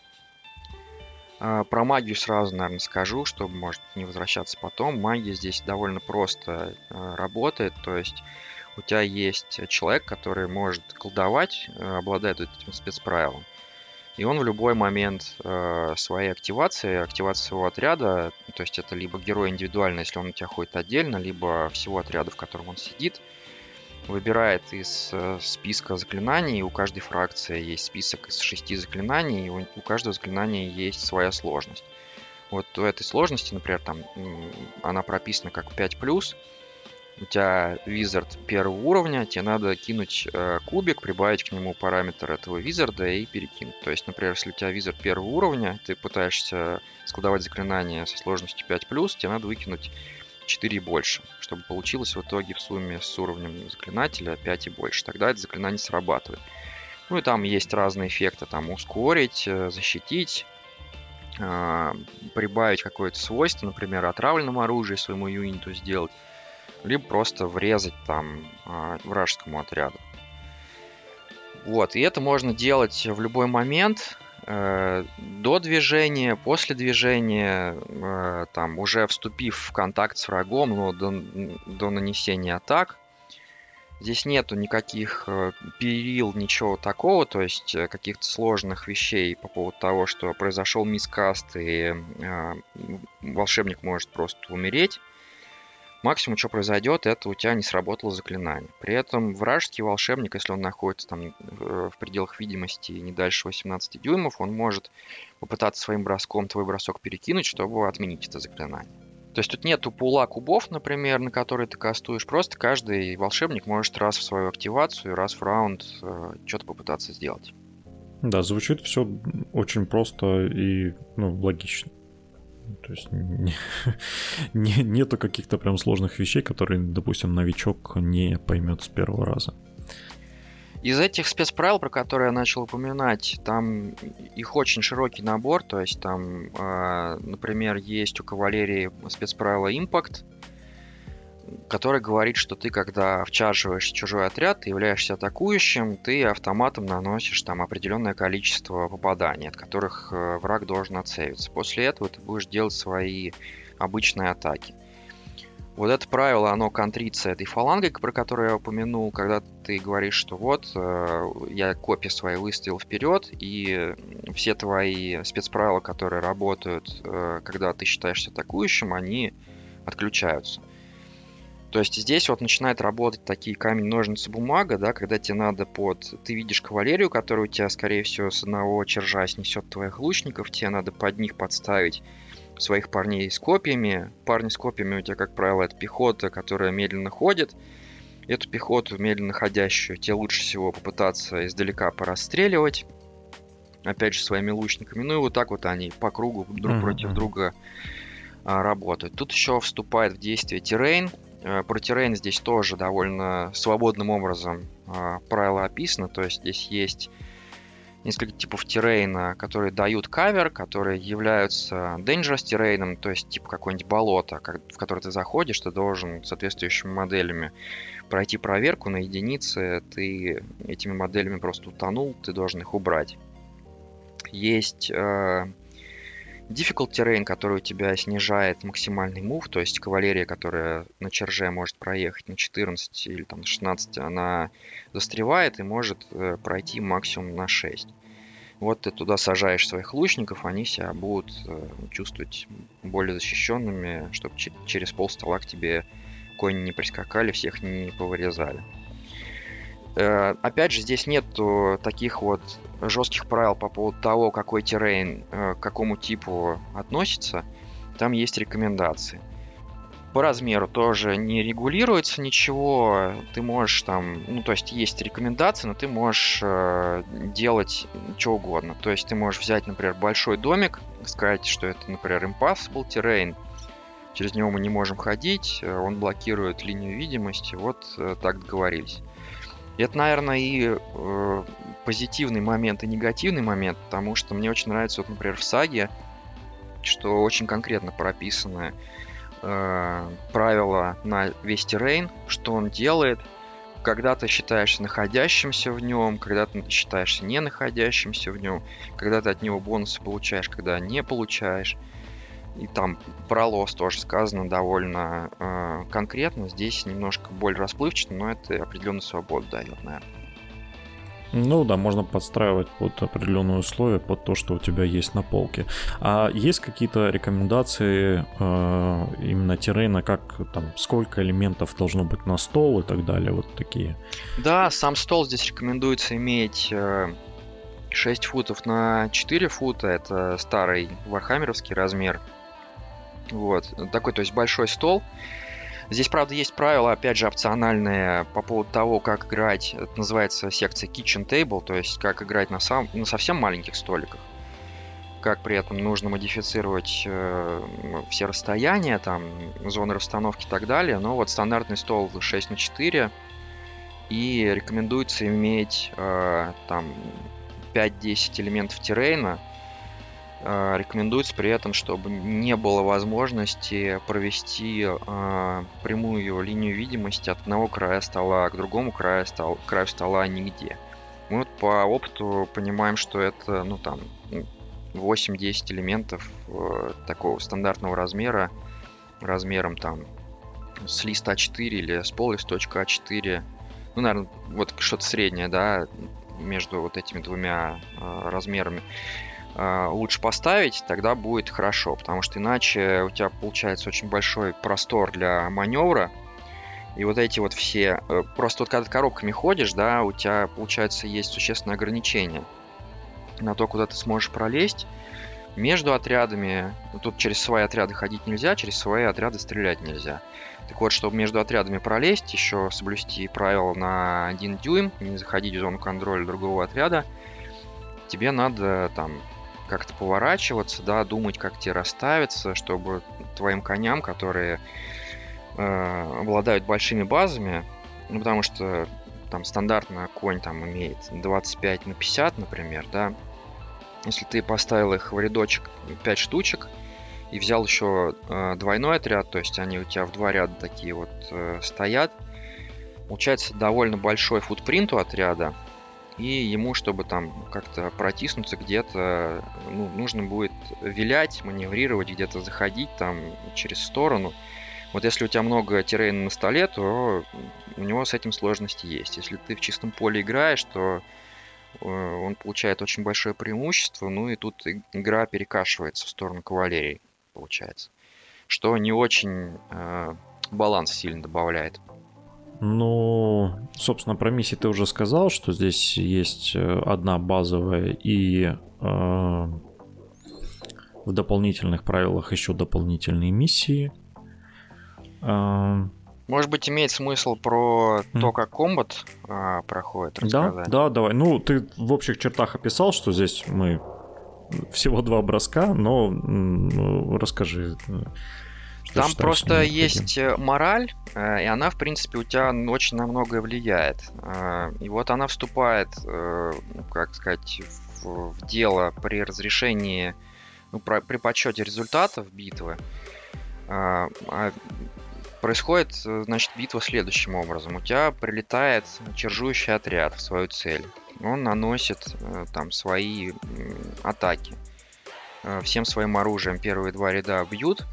[SPEAKER 2] Про магию сразу, наверное, скажу, чтобы, может, не возвращаться потом. Магия здесь довольно просто работает, то есть у тебя есть человек, который может колдовать, обладает этим спецправилом, и он в любой момент своей активации, активации своего отряда, то есть это либо герой индивидуально, если он у тебя ходит отдельно, либо всего отряда, в котором он сидит, выбирает из э, списка заклинаний. У каждой фракции есть список из шести заклинаний, и у, у каждого заклинания есть своя сложность. Вот у этой сложности, например, там она прописана как пять плюс. У тебя визард первого уровня, тебе надо кинуть э, кубик, прибавить к нему параметр этого визарда и перекинуть. То есть, например, если у тебя визард первого уровня, ты пытаешься складывать заклинание со сложностью пять плюс, тебе надо выкинуть четыре и больше, чтобы получилось в итоге в сумме с уровнем заклинателя пять и больше. Тогда это заклинание срабатывает. Ну и там есть разные эффекты, там ускорить, защитить, прибавить какое-то свойство, например, отравленному оружию своему юниту сделать, либо просто врезать там вражескому отряду. Вот, и это можно делать в любой момент, до движения, после движения, там, уже вступив в контакт с врагом, но до, до нанесения атак. Здесь нету никаких перил, ничего такого, то есть каких-то сложных вещей по поводу того, что произошел мискаст и э, волшебник может просто умереть. Максимум, что произойдет, это у тебя не сработало заклинание. При этом вражеский волшебник, если он находится там в пределах видимости не дальше восемнадцати дюймов, он может попытаться своим броском твой бросок перекинуть, чтобы отменить это заклинание. То есть тут нету пула кубов, например, на которые ты кастуешь. Просто каждый волшебник может раз в свою активацию, раз в раунд э, что-то попытаться сделать.
[SPEAKER 1] Да, звучит все очень просто и ну, логично. То есть не, не, нету каких-то прям сложных вещей, которые, допустим, новичок не поймет с первого раза.
[SPEAKER 2] Из этих спецправил, про которые я начал упоминать, там их очень широкий набор. То есть там, э, например, есть у кавалерии спецправило Impact, который говорит, что ты, когда вчарживаешь чужой отряд, ты являешься атакующим, ты автоматом наносишь там определенное количество попаданий, от которых э, враг должен отсейвиться. После этого ты будешь делать свои обычные атаки. Вот это правило, оно контрится этой фалангой, про которую я упомянул, когда ты говоришь, что вот, э, я копии свои выставил вперед, и все твои спецправила, которые работают, э, когда ты считаешься атакующим, они отключаются. То есть здесь вот начинает работать такие камень, ножницы, бумага, да, когда тебе надо под... Ты видишь кавалерию, которая у тебя, скорее всего, с одного чержа снесет твоих лучников, тебе надо под них подставить своих парней с копьями. Парни с копьями у тебя, как правило, это пехота, которая медленно ходит. Эту пехоту, медленно ходящую, тебе лучше всего попытаться издалека порасстреливать. Опять же, своими лучниками. Ну и вот так вот они по кругу друг uh-huh, против uh-huh. друга а, работают. Тут еще вступает в действие террейн. Про террейн здесь тоже довольно свободным образом э, правило описано. То есть здесь есть несколько типов террейна, которые дают кавер, которые являются dangerous террейном, то есть типа какое-нибудь болото, как, в которое ты заходишь, ты должен соответствующими моделями пройти проверку на единицы, ты этими моделями просто утонул, ты должен их убрать. Есть... Э, Difficult terrain, который у тебя снижает максимальный мув, то есть кавалерия, которая на черже может проехать на четырнадцать или там шестнадцать, она застревает и может э, пройти максимум на шесть. Вот ты туда сажаешь своих лучников, они себя будут э, чувствовать более защищенными, чтобы ч- через пол стола к тебе кони не прискакали, всех не повырезали. Э, опять же, здесь нету таких вот жестких правил по поводу того, какой террейн э, к какому типу относится. Там есть рекомендации. По размеру тоже не регулируется ничего. Ты можешь там... Ну, то есть есть рекомендации, но ты можешь э, делать что угодно. То есть ты можешь взять, например, большой домик, сказать, что это, например, impossible terrain. Через него мы не можем ходить, он блокирует линию видимости. Вот э, так договорились. И это, наверное, и э, позитивный момент, и негативный момент, потому что мне очень нравится, вот, например, в саге, что очень конкретно прописаны э, правила на весь террейн, что он делает, когда ты считаешься находящимся в нем, когда ты считаешься не находящимся в нем, когда ты от него бонусы получаешь, когда не получаешь. И там про лос тоже сказано довольно э, конкретно. Здесь немножко более расплывчато, но это определенную свободу дает, наверное.
[SPEAKER 1] Ну да, можно подстраивать под определенные условия, под то, что у тебя есть на полке. А есть какие-то рекомендации э, именно террейна, как там, сколько элементов должно быть на стол и так далее, вот такие?
[SPEAKER 2] Да, сам стол здесь рекомендуется иметь э, шесть футов на четыре фута. Это старый вархаммеровский размер. Вот, такой, то есть большой стол. Здесь, правда, есть правила, опять же, опциональные по поводу того, как играть. Это называется секция Kitchen Table, то есть как играть на, сам, на совсем маленьких столиках. Как при этом нужно модифицировать э, все расстояния, там, зоны расстановки и так далее. Но вот стандартный стол шесть на четыре. И рекомендуется иметь э, там пять-десять элементов террейна. Рекомендуется при этом, чтобы не было возможности провести э, прямую линию видимости от одного края стола к другому краю, стол, краю стола нигде. Мы вот по опыту понимаем, что это ну, там, восемь-десять элементов э, такого стандартного размера, размером там, с листа а четыре или с поллисточка а четыре. Ну, наверное, вот что-то среднее, да, между вот этими двумя э, размерами. Лучше поставить, тогда будет хорошо, потому что иначе у тебя получается очень большой простор для маневра, и вот эти вот все, просто вот когда ты коробками ходишь, да, у тебя получается есть существенное ограничение на то, куда ты сможешь пролезть между отрядами. Тут через свои отряды ходить нельзя, через свои отряды стрелять нельзя. Так вот, чтобы между отрядами пролезть, еще соблюсти правила на один дюйм, не заходить в зону контроля другого отряда, тебе надо там как-то поворачиваться, да, думать, как тебе расставиться, чтобы твоим коням, которые э, обладают большими базами, ну, потому что там стандартно конь там имеет двадцать пять на пятьдесят, например, да, если ты поставил их в рядочек пять штучек и взял еще э, двойной отряд, то есть они у тебя в два ряда такие вот э, стоят, получается довольно большой футпринт у отряда. И ему, чтобы там как-то протиснуться где-то, ну, нужно будет вилять, маневрировать, где-то заходить там через сторону. Вот если у тебя много террейна на столе, то у него с этим сложности есть. Если ты в чистом поле играешь, то он получает очень большое преимущество, ну и тут игра перекашивается в сторону кавалерии, получается. Что не очень э, баланс сильно добавляет.
[SPEAKER 1] Ну, собственно, про миссии ты уже сказал, что здесь есть одна базовая и э, в дополнительных правилах еще дополнительные миссии. Э,
[SPEAKER 2] Может быть, имеет смысл про
[SPEAKER 1] М.
[SPEAKER 2] то, как комбат а, проходит,
[SPEAKER 1] да,
[SPEAKER 2] рассказать?
[SPEAKER 1] да, давай. Ну, ты в общих чертах описал, что здесь мы всего два броска, но ну, расскажи. Что
[SPEAKER 2] Там
[SPEAKER 1] считаешь
[SPEAKER 2] просто
[SPEAKER 1] необходимым?
[SPEAKER 2] есть э, мораль, э, и она, в принципе, у тебя очень на многое влияет. Э, И вот она вступает, э, ну, как сказать, в, в дело при разрешении, ну, про- при подсчете результатов битвы. А, а Происходит, э, значит, битва следующим образом. У тебя прилетает чаржующий отряд в свою цель. Он наносит э, там свои м, атаки. Э, Всем своим оружием первые два ряда бьют.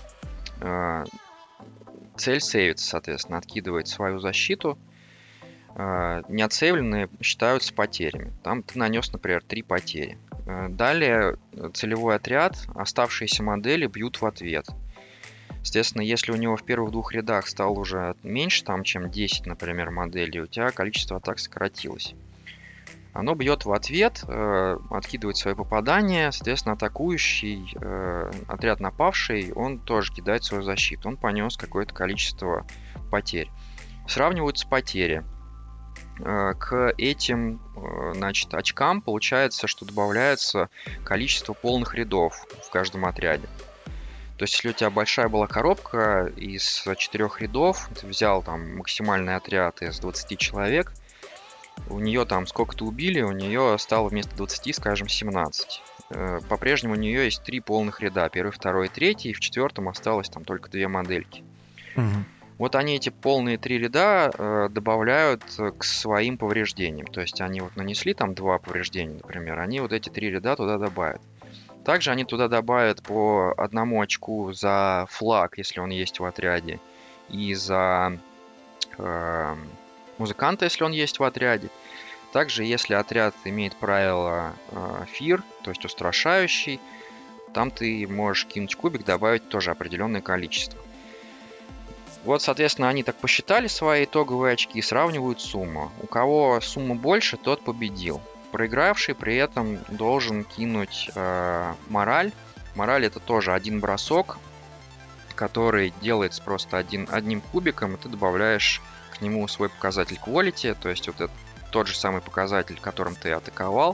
[SPEAKER 2] Э, Цель сейвится, соответственно, откидывает свою защиту. Э, Неотсейвленные считаются потерями. Там ты нанес, например, три потери. Э, Далее э, целевой отряд, оставшиеся модели бьют в ответ. Естественно, если у него в первых двух рядах стало уже меньше, там, чем десять, например, моделей, у тебя количество атак сократилось. Оно бьет в ответ, э, откидывает свои попадания, соответственно, атакующий э, отряд напавший, он тоже кидает свою защиту. Он понес какое-то количество потерь. Сравниваются потери. Э, К этим э, значит, очкам получается, что добавляется количество полных рядов в каждом отряде. То есть, если у тебя большая была коробка из четырех рядов, ты взял там максимальный отряд из двадцати человек, у нее там сколько-то убили, у нее стало вместо двадцати, скажем, семнадцать. Э, По-прежнему у нее есть три полных ряда, первый, второй, третий, и в четвертом осталось там только две модельки.
[SPEAKER 1] Мгм.
[SPEAKER 2] Вот они эти полные три ряда э, добавляют э, к своим повреждениям. То есть они вот нанесли там два повреждения, например, они вот эти три ряда туда добавят. Также они туда добавят по одному очку за флаг, если он есть в отряде, и за э, музыканта, если он есть в отряде. Также, если отряд имеет правило э, Fear, то есть устрашающий, там ты можешь кинуть кубик, добавить тоже определенное количество. Вот, соответственно, они так посчитали свои итоговые очки и сравнивают сумму. У кого сумма больше, тот победил. Проигравший при этом должен кинуть э, мораль. Мораль это тоже один бросок, который делается просто один, одним кубиком, и ты добавляешь к нему свой показатель quality, то есть вот это тот же самый показатель, которым ты атаковал.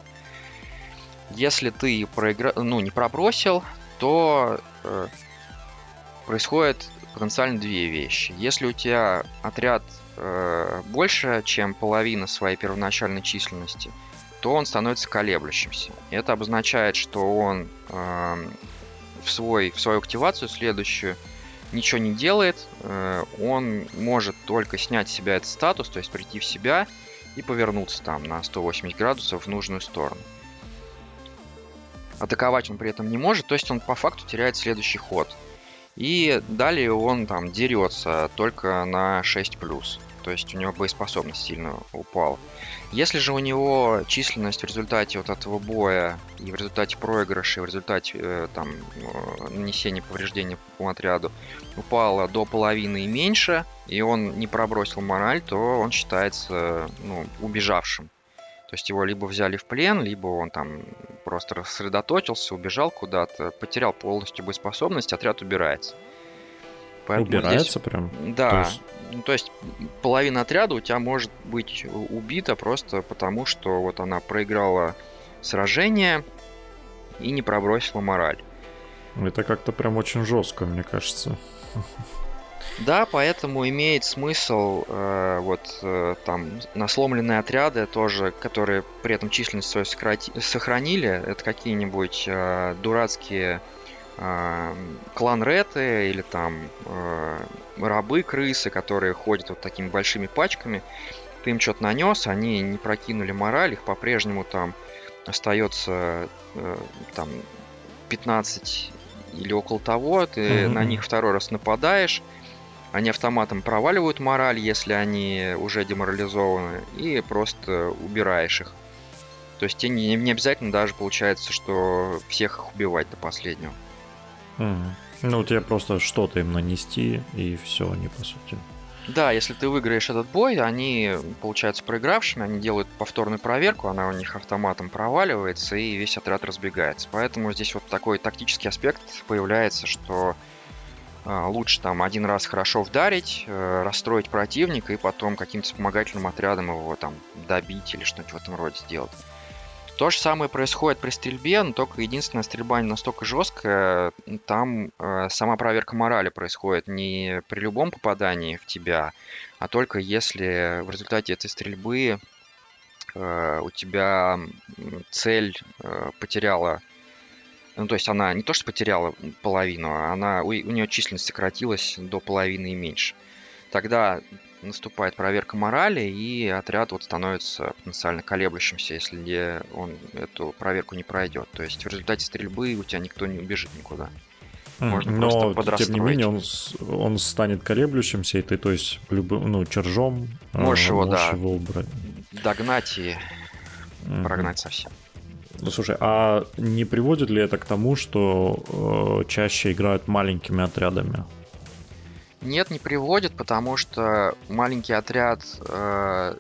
[SPEAKER 2] Если ты проигра... ну, не пробросил, то э, происходит потенциально две вещи. Если у тебя отряд э, больше, чем половина своей первоначальной численности, то он становится колеблющимся. Это обозначает, что он э, в, свой, в свою активацию следующую ничего не делает. Э, он может только снять с себя этот статус, то есть прийти в себя и повернуться там на сто восемьдесят градусов в нужную сторону. Атаковать он при этом не может, то есть он по факту теряет следующий ход. И далее он там дерется только на шесть плюс. То есть у него боеспособность сильно упала. Если же у него численность в результате вот этого боя и в результате проигрыша, и в результате э, там э, нанесения повреждений по отряду упала до половины и меньше, и он не пробросил мораль, то он считается ну, убежавшим. То есть его либо взяли в плен, либо он там просто рассредоточился, убежал куда-то, потерял полностью боеспособность, отряд убирается. Поэтому
[SPEAKER 1] Убирается
[SPEAKER 2] здесь,
[SPEAKER 1] прям?
[SPEAKER 2] да,
[SPEAKER 1] То есть...
[SPEAKER 2] ну, то есть половина отряда у тебя может быть убита просто потому, что вот она проиграла сражение и не пробросила мораль.
[SPEAKER 1] Это как-то прям очень жестко, мне кажется.
[SPEAKER 2] Да, поэтому имеет смысл э, вот э, там на сломленные отряды тоже, которые при этом численность свою сократи- сохранили, это какие-нибудь э, дурацкие э, клан-реты или там э, рабы-крысы, которые ходят вот такими большими пачками. Ты им что-то нанес, они не прокинули мораль, их по-прежнему там остается э, там пятнадцать или около того, ты
[SPEAKER 1] Mm-hmm.
[SPEAKER 2] на них второй раз нападаешь, они автоматом проваливают мораль, если они уже деморализованы, и просто убираешь их. То есть тебе не, не обязательно даже получается, что всех их убивать до последнего.
[SPEAKER 1] Mm-hmm. Ну, тебе просто что-то им нанести, и все, они, по сути.
[SPEAKER 2] Да, если ты выиграешь этот бой, они получаются проигравшими, они делают повторную проверку, она у них автоматом проваливается, и весь отряд разбегается. Поэтому здесь вот такой тактический аспект появляется, что а, лучше там один раз хорошо вдарить, э, расстроить противника, и потом каким-то вспомогательным отрядом его там добить или что-нибудь в этом роде сделать. То же самое происходит при стрельбе, но только единственная стрельба не настолько жесткая. Там э, сама проверка морали происходит не при любом попадании в тебя, а только если в результате этой стрельбы э, у тебя цель э, потеряла, ну то есть она не то что потеряла половину, а она, у, у нее численность сократилась до половины и меньше. Тогда наступает проверка морали, и отряд вот становится потенциально колеблющимся, если он эту проверку не пройдет. То есть в результате стрельбы у тебя никто не убежит никуда. Можно
[SPEAKER 1] Но,
[SPEAKER 2] просто подрастроить.
[SPEAKER 1] Тем не менее, он, он станет колеблющимся, и ты, то есть, любым, ну, чержом
[SPEAKER 2] можешь его,
[SPEAKER 1] можешь
[SPEAKER 2] да,
[SPEAKER 1] его убрать.
[SPEAKER 2] Догнать и mm-hmm. прогнать совсем.
[SPEAKER 1] Ну, слушай, а не приводит ли это к тому, что э, чаще играют маленькими отрядами?
[SPEAKER 2] Нет, не приводит, потому что маленький отряд, э,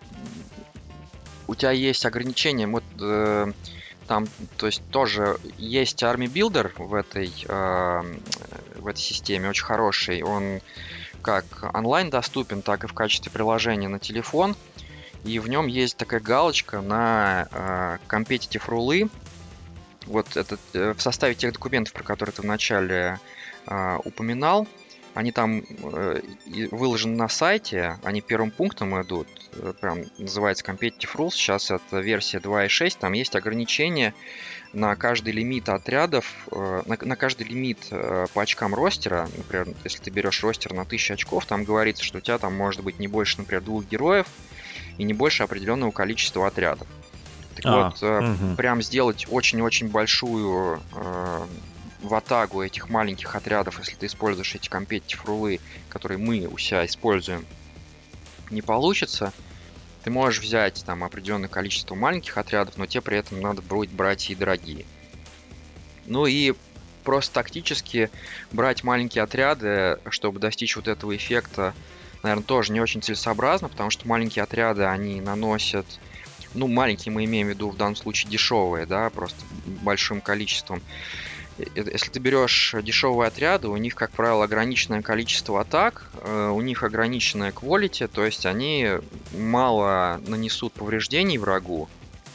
[SPEAKER 2] у тебя есть ограничения, вот э, там, то есть тоже есть Army Builder в этой, э, в этой системе, очень хороший, он как онлайн доступен, так и в качестве приложения на телефон, и в нем есть такая галочка на э, competitive рулы, вот это э, в составе тех документов, про которые ты вначале э, упоминал. Они там э, выложены на сайте, они первым пунктом идут, э, прям называется Competitive Rules, сейчас это версия два точка шесть, там есть ограничения на каждый лимит отрядов, э, на, на каждый лимит э, по очкам ростера, например, если ты берешь ростер на тысячу очков, там говорится, что у тебя там может быть не больше, например, двух героев и не больше определенного количества отрядов. Так а, вот, э, угу. прям сделать очень-очень большую... Э, ватагу этих маленьких отрядов, если ты используешь эти competitive рулы, которые мы у себя используем, не получится. Ты можешь взять там определенное количество маленьких отрядов, но тебе при этом надо будет брать и дорогие. Ну и просто тактически брать маленькие отряды, чтобы достичь вот этого эффекта, наверное, тоже не очень целесообразно, потому что маленькие отряды, они наносят, ну, маленькие мы имеем в виду в данном случае дешевые, да, просто большим количеством. Если ты берешь дешевые отряды, у них, как правило, ограниченное количество атак, у них ограниченная quality, то есть они мало нанесут повреждений врагу,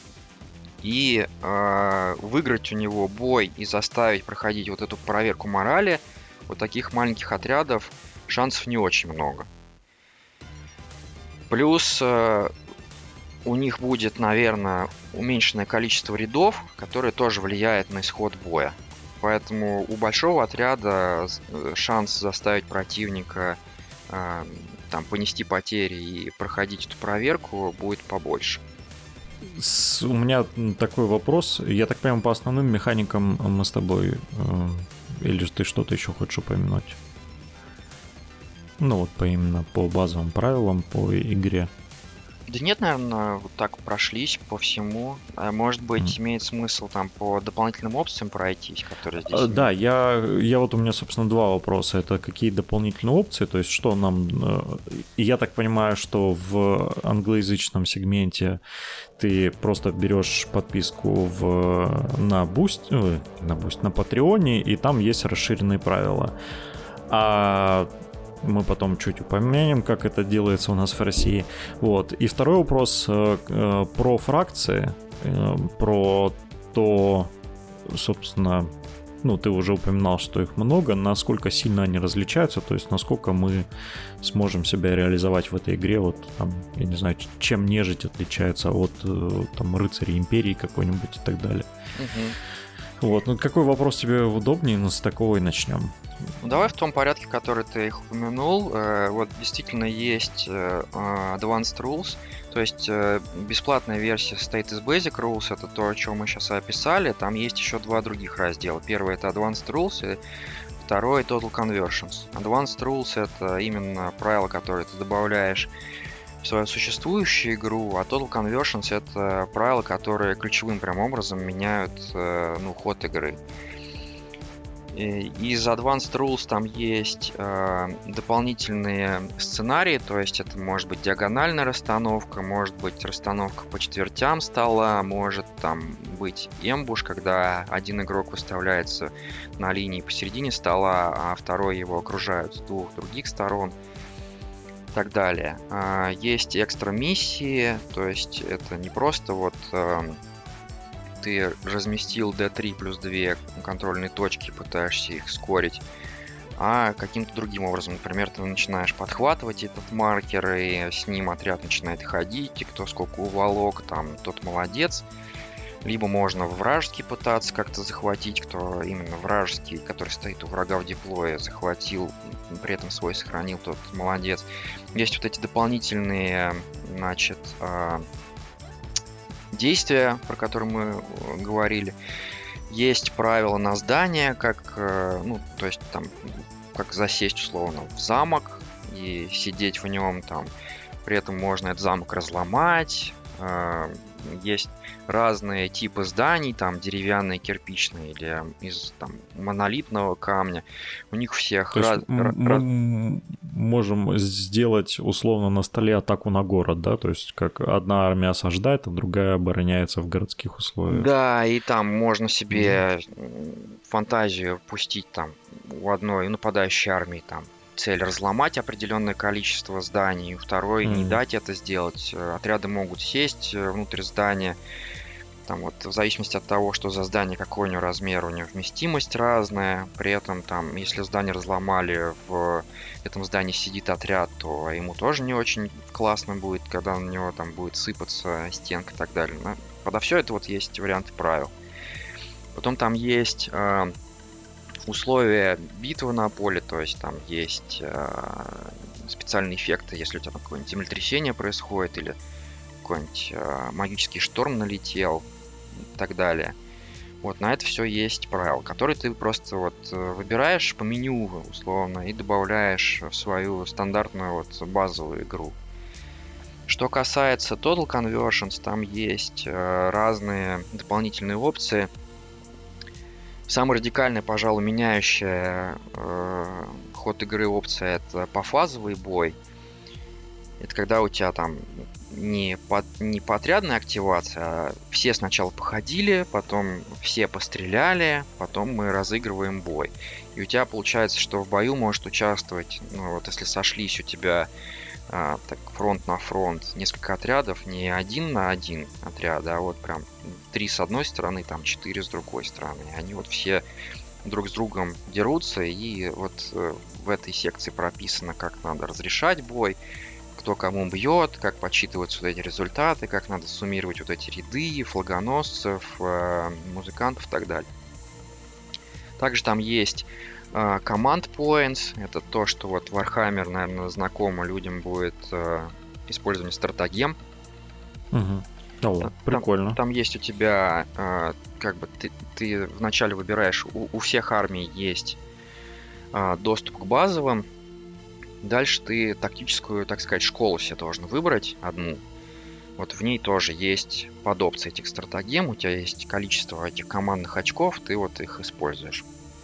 [SPEAKER 2] и э, выиграть у него бой и заставить проходить вот эту проверку морали, у таких маленьких отрядов шансов не очень много. Плюс э, у них будет, наверное, уменьшенное количество рядов, которое тоже влияет на исход боя. Поэтому у большого отряда шанс заставить противника э, там, понести потери и проходить эту проверку будет побольше.
[SPEAKER 1] С, у меня такой вопрос. Я так понимаю, по основным механикам мы с тобой... Э, или ты что-то еще хочешь упомянуть? Ну вот по именно по базовым правилам, по игре.
[SPEAKER 2] Да нет, наверное, вот так прошлись по всему. А может быть, mm. имеет смысл там по дополнительным опциям пройтись, которые здесь...
[SPEAKER 1] Uh, да, я, я вот у меня, собственно, два вопроса. Это какие дополнительные опции, то есть что нам... Я так понимаю, что в англоязычном сегменте ты просто берешь подписку в... на Boost, на Boost, на Патреоне, и там есть расширенные правила. А... Мы потом чуть упомянем, как это делается у нас в России. Вот. И второй вопрос э, про фракции, э, про то, собственно, ну, ты уже упоминал, что их много, насколько сильно они различаются, то есть насколько мы сможем себя реализовать в этой игре, вот там, я не знаю, чем нежить отличается от там рыцарей империи какой-нибудь и так далее. Угу. Вот, ну какой вопрос тебе удобнее, ну с такого и начнем.
[SPEAKER 2] Ну, давай в том порядке, в который ты их упомянул. Э, вот действительно есть э, Advanced Rules, то есть э, бесплатная версия состоит из Basic Rules, это то, о чем мы сейчас описали. Там есть еще два других раздела. Первый — это Advanced Rules, и второй — Total Conversions. Advanced Rules — это именно правила, которые ты добавляешь в свою существующую игру, а Total Conversions — это правила, которые ключевым прям образом меняют э, ну, ход игры. Из Advanced Rules там есть э, дополнительные сценарии, то есть это может быть диагональная расстановка, может быть расстановка по четвертям стола, может там быть эмбуш, когда один игрок выставляется на линии посередине стола, а второй его окружают с двух других сторон и так далее. Э, есть экстра миссии, то есть это не просто вот... Э, ты разместил ди три плюс две контрольные точки, пытаешься их скорить, а каким-то другим образом. Например, ты начинаешь подхватывать этот маркер, и с ним отряд начинает ходить, и кто сколько уволок, там, тот молодец. Либо можно вражеский пытаться как-то захватить, кто именно вражеский, который стоит у врага в диплое, захватил, при этом свой сохранил, тот молодец. Есть вот эти дополнительные, значит, действия, про которые мы говорили. Есть правила на здание, как, ну, то есть там, как засесть условно в замок и сидеть в нем там. При этом можно этот замок разломать. Есть разные типы зданий, там деревянные, кирпичные или из там монолитного камня. У них всех
[SPEAKER 1] То
[SPEAKER 2] раз...
[SPEAKER 1] есть мы можем сделать условно на столе атаку на город, да? То есть как одна армия осаждает, а другая обороняется в городских условиях.
[SPEAKER 2] Да, и там можно себе mm. фантазию пустить там у одной нападающей армии там цель разломать определенное количество зданий, у второй mm. не дать это сделать. Отряды могут сесть внутрь здания. Там вот в зависимости от того, что за здание, какой у него размер, у него вместимость разная. При этом там, если здание разломали, в этом здании сидит отряд, то ему тоже не очень классно будет, когда на него там будет сыпаться стенка и так далее. Но подо все это вот есть варианты правил. Потом там есть э, условия битвы на поле, то есть там есть э, специальные эффекты, если у тебя там какое-нибудь землетрясение происходит или какой-нибудь э, магический шторм налетел и так далее. Вот на это все есть правила, которые ты просто вот выбираешь по меню условно и добавляешь в свою стандартную вот базовую игру. Что касается Total Conversions, там есть э, разные дополнительные опции. Самая радикальная, пожалуй, меняющая э, ход игры опция — это пофазовый бой. Это когда у тебя там не, по, не поотрядная активация, а все сначала походили, потом все постреляли, потом мы разыгрываем бой. И у тебя получается, что в бою может участвовать, ну вот если сошлись у тебя а, так фронт на фронт несколько отрядов, не один на один отряд, а вот прям три с одной стороны, там четыре с другой стороны. Они вот все друг с другом дерутся, и вот э, в этой секции прописано, как надо разрешать бой, кто кому бьет, как подсчитываются вот эти результаты, как надо суммировать вот эти ряды флагоносцев, э, музыкантов и так далее. Также там есть э, Command Points. Это то, что вот Warhammer, наверное, знакомо людям будет э, использование стратегем.
[SPEAKER 1] Угу. О,
[SPEAKER 2] там,
[SPEAKER 1] прикольно.
[SPEAKER 2] Там, там есть у тебя, э, как бы ты, ты вначале выбираешь, у, у всех армий есть э, доступ к базовым. Дальше ты тактическую, так сказать, школу себе должен выбрать одну. Вот в ней тоже есть подопции этих стратегем. У тебя есть количество этих командных очков, ты вот их используешь.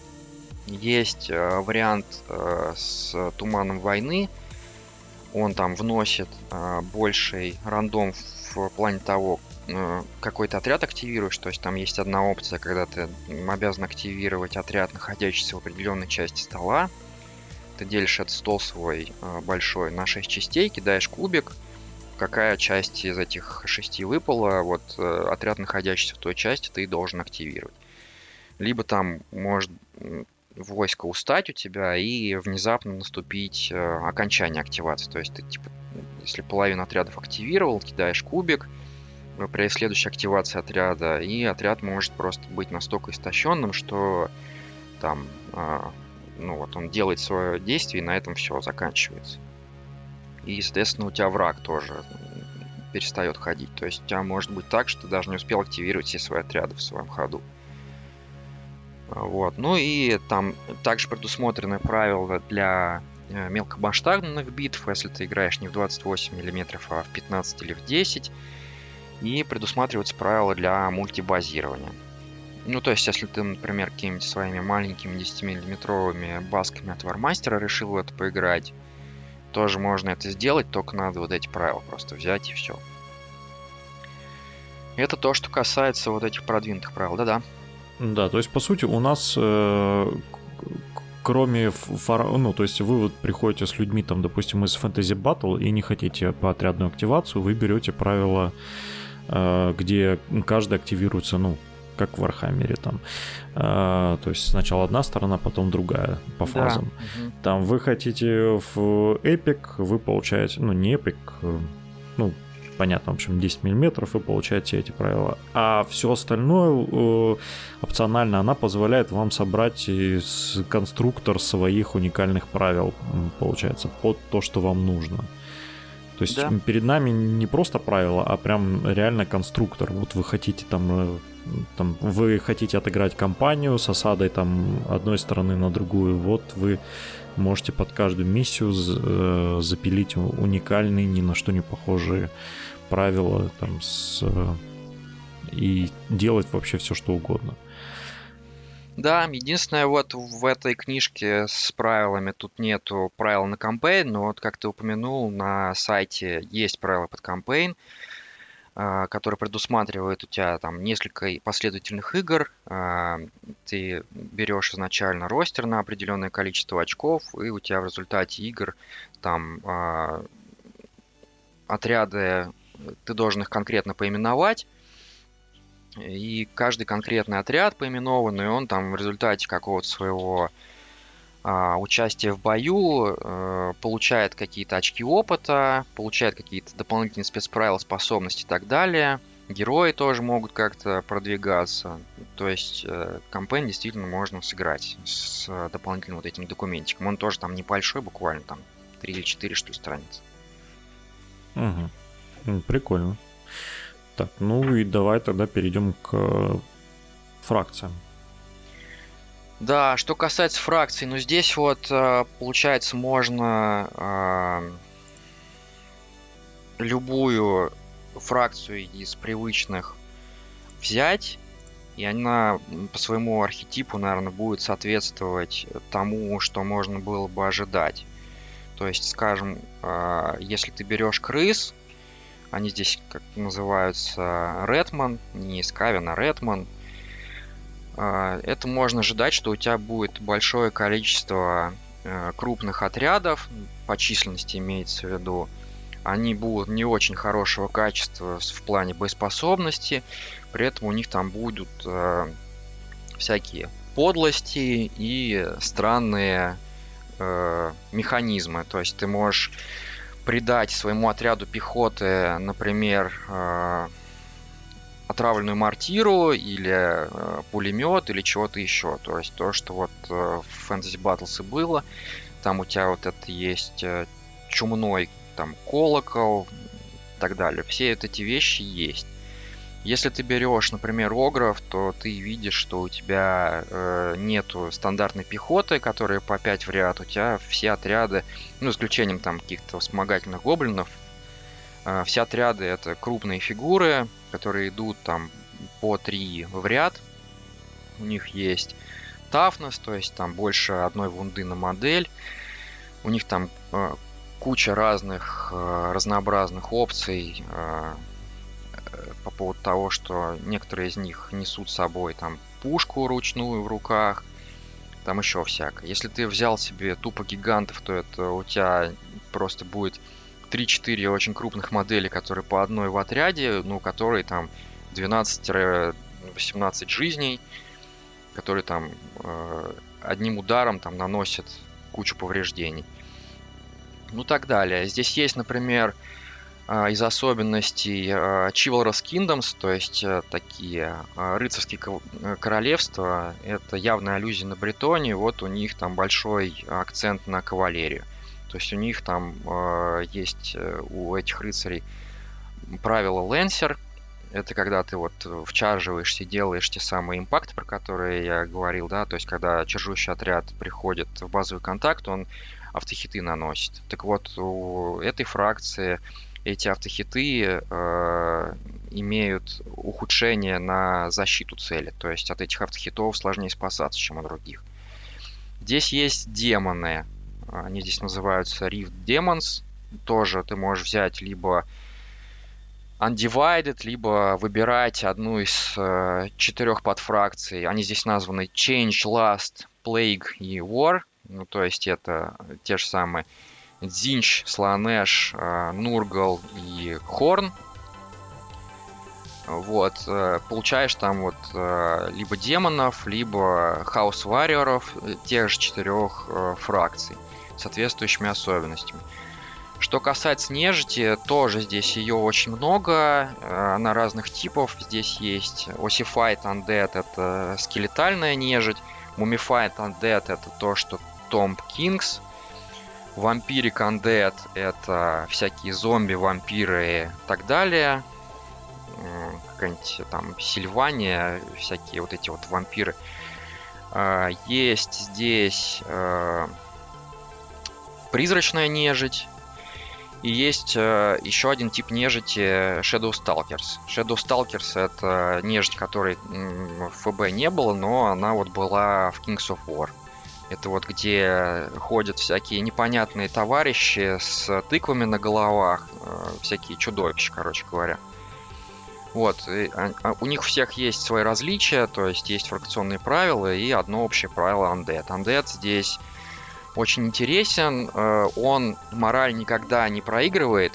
[SPEAKER 2] Есть э, вариант э, с Туманом войны. Он там вносит э, больший рандом в плане того, э, какой ты отряд активируешь. То есть там есть одна опция, когда ты обязан активировать отряд, находящийся в определенной части стола. Ты делишь этот стол свой э, большой на шесть частей, кидаешь кубик. Какая часть из этих шести выпала, вот э, отряд, находящийся в той части, ты должен активировать. Либо там может войско устать у тебя и внезапно наступить э, окончание активации. То есть ты, типа, если половину отрядов активировал, кидаешь кубик при следующей активации отряда, и отряд может просто быть настолько истощенным, что там... Э, ну вот он делает свое действие, и на этом все заканчивается. И, естественно, у тебя враг тоже перестает ходить. То есть у тебя может быть так, что ты даже не успел активировать все свои отряды в своем ходу. Вот. Ну и там также предусмотрены правила для мелкомасштабных битв, если ты играешь не в двадцать восемь миллиметров, а в пятнадцать или в десять. И предусматриваются правила для мультибазирования. Ну, то есть, если ты, например, какими-нибудь своими маленькими десятимиллиметровыми басками от Вармастера решил в это поиграть, тоже можно это сделать, только надо вот эти правила просто взять и все. Это то, что касается вот этих продвинутых правил, да-да.
[SPEAKER 1] Да, то есть, по сути, у нас э, кроме фор... ну, то есть вы вот приходите с людьми, там, допустим, из Fantasy Battle и не хотите поотрядную активацию, вы берете правила, э, где каждый активируется, ну, как в Вархаммере там. А, то есть сначала одна сторона, потом другая по фазам.
[SPEAKER 2] Да.
[SPEAKER 1] Там вы хотите в эпик, вы получаете, ну не эпик, ну понятно, в общем, десять миллиметров вы получаете эти правила. А все остальное э, опционально, она позволяет вам собрать из конструктор своих уникальных правил, получается, под то, что вам нужно. То есть да. Перед нами не просто правила, а прям реально конструктор. Вот вы хотите там, там вы хотите отыграть кампанию с осадой там одной стороны на другую. Вот вы можете под каждую миссию э, запилить уникальные, ни на что не похожие правила там с, э, и делать вообще все, что угодно.
[SPEAKER 2] Да, единственное, вот в этой книжке с правилами тут нету правил на кампейн, но вот как ты упомянул, на сайте есть правила под кампейн, которые предусматривают у тебя там несколько последовательных игр. Ты берешь изначально ростер на определенное количество очков, и у тебя в результате игр там отряды, ты должен их конкретно поименовать. И каждый конкретный отряд поименованный, он там в результате какого-то своего а, участия в бою а, получает какие-то очки опыта, получает какие-то дополнительные спецправила, способности и так далее. Герои тоже могут как-то продвигаться. То есть э, кампейн действительно можно сыграть с дополнительным вот этим документиком. Он тоже там небольшой, буквально там три или четыре, что ли, страницы.
[SPEAKER 1] Угу. Прикольно. Так, ну и давай тогда перейдем к фракциям.
[SPEAKER 2] Да, что касается фракций, ну здесь вот, получается, можно э, любую фракцию из привычных взять, и она по своему архетипу, наверное, будет соответствовать тому, что можно было бы ожидать. То есть, скажем, э, если ты берешь крыс, они здесь как называются Редман, не Скавен, а Редман. Это можно ожидать, что у тебя будет большое количество крупных отрядов, по численности имеется в виду. Они будут не очень хорошего качества в плане боеспособности, при этом у них там будут всякие подлости и странные механизмы. То есть ты можешь придать своему отряду пехоты, например, э, отравленную мортиру или э, пулемет или чего-то еще. То есть то, что вот э, в Fantasy Battles и было. Там у тебя вот это есть э, чумной там колокол и так далее. Все вот эти вещи есть. Если ты берешь, например, огров, то ты видишь, что у тебя э, нету стандартной пехоты, которая по пять в ряд. У тебя все отряды, ну, с исключением там каких-то вспомогательных гоблинов, э, все отряды это крупные фигуры, которые идут там по три в ряд. У них есть toughness, то есть там больше одной вунды на модель. У них там э, куча разных э, разнообразных опций, э, по поводу того, что некоторые из них несут с собой там пушку ручную в руках, там еще всякое. Если ты взял себе тупо гигантов, то это у тебя просто будет три-четыре очень крупных модели, которые по одной в отряде, ну, которые там двенадцать-восемнадцать жизней, которые там э, одним ударом там наносят кучу повреждений. Ну, так далее. Здесь есть, например, из особенностей Chivalrous Kingdoms, то есть такие рыцарские королевства, это явная аллюзия на Бретонию, вот у них там большой акцент на кавалерию. То есть у них там есть у этих рыцарей правило Лэнсер, это когда ты вот вчарживаешься и делаешь те самые импакты, про которые я говорил, да, то есть когда чаржующий отряд приходит в базовый контакт, он автохиты наносит. Так вот, у этой фракции эти автохиты э, имеют ухудшение на защиту цели. То есть от этих автохитов сложнее спасаться, чем от других. Здесь есть демоны. Они здесь называются Rift Demons. Тоже ты можешь взять либо Undivided, либо выбирать одну из э, четырех подфракций. Они здесь названы Change, Lust, Plague и War. Ну, то есть это те же самые Дзинч, Сланеш, э, Нургал и Хорн. Вот, э, получаешь там вот э, либо демонов, либо хаус-варьеров тех же четырех э, фракций с соответствующими особенностями. Что касается нежити, тоже здесь ее очень много, она разных типов. Здесь есть Ossified Undead, это скелетальная нежить, Mummified Undead, это то, что Tomb Kings, Vampiric Undead, это всякие зомби, вампиры и так далее, какая-нибудь там Сильвания, всякие вот эти вот вампиры. Есть здесь призрачная нежить. И есть э, еще один тип нежити Shadow Stalkers. Shadow Stalkers — это нежить, которой м, в ФБ не было, но она вот была в Kings of War. Это вот где ходят всякие непонятные товарищи с тыквами на головах, э, всякие чудовища, короче говоря. Вот, и, а, у них всех есть свои различия, то есть есть фракционные правила и одно общее правило Undead. Undead здесь очень интересен, он мораль никогда не проигрывает,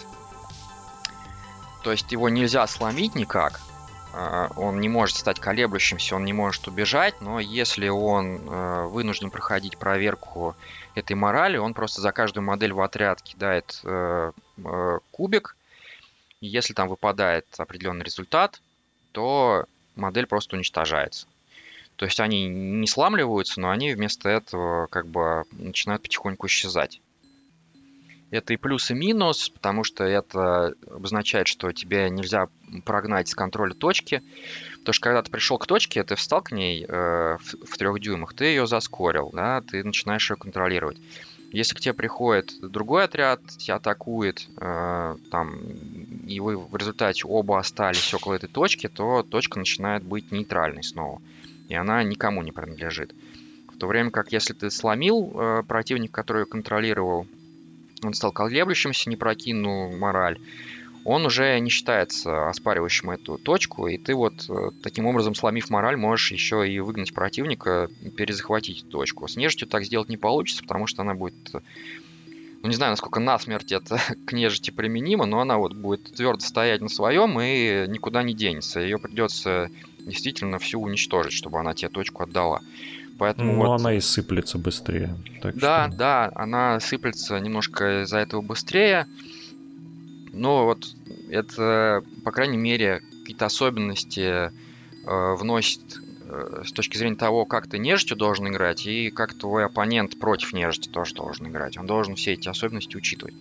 [SPEAKER 2] то есть его нельзя сломить никак, он не может стать колеблющимся, он не может убежать, но если он вынужден проходить проверку этой морали, он просто за каждую модель в отряд кидает кубик, и если там выпадает определенный результат, то модель просто уничтожается. То есть они не сламливаются, но они вместо этого как бы начинают потихоньку исчезать. Это и плюс, и минус, потому что это обозначает, что тебе нельзя прогнать с контроля точки. Потому что когда ты пришел к точке, ты встал к ней э, в, в трех дюймах, ты ее заскорил, да, ты начинаешь ее контролировать. Если к тебе приходит другой отряд, тебя атакует, э, там, и вы в результате оба остались около этой точки, то точка начинает быть нейтральной снова. И она никому не принадлежит. В то время как если ты сломил э, противника, который контролировал, он стал колеблющимся, не прокинул мораль, он уже не считается оспаривающим эту точку, и ты вот э, таким образом, сломив мораль, можешь еще и выгнать противника, перезахватить эту точку. С нежитью так сделать не получится, потому что она будет... Ну, не знаю, насколько насмерть это к нежити применимо, но она вот будет твердо стоять на своем и никуда не денется. Ее придется действительно всю уничтожить, чтобы она тебе точку отдала. Поэтому
[SPEAKER 1] но
[SPEAKER 2] вот...
[SPEAKER 1] она и сыплется быстрее. Так
[SPEAKER 2] да,
[SPEAKER 1] что...
[SPEAKER 2] да, она сыплется немножко из-за этого быстрее. Но вот это, по крайней мере, какие-то особенности э, вносит э, с точки зрения того, как ты нежитью должен играть, и как твой оппонент против нежити тоже должен играть. Он должен все эти особенности учитывать.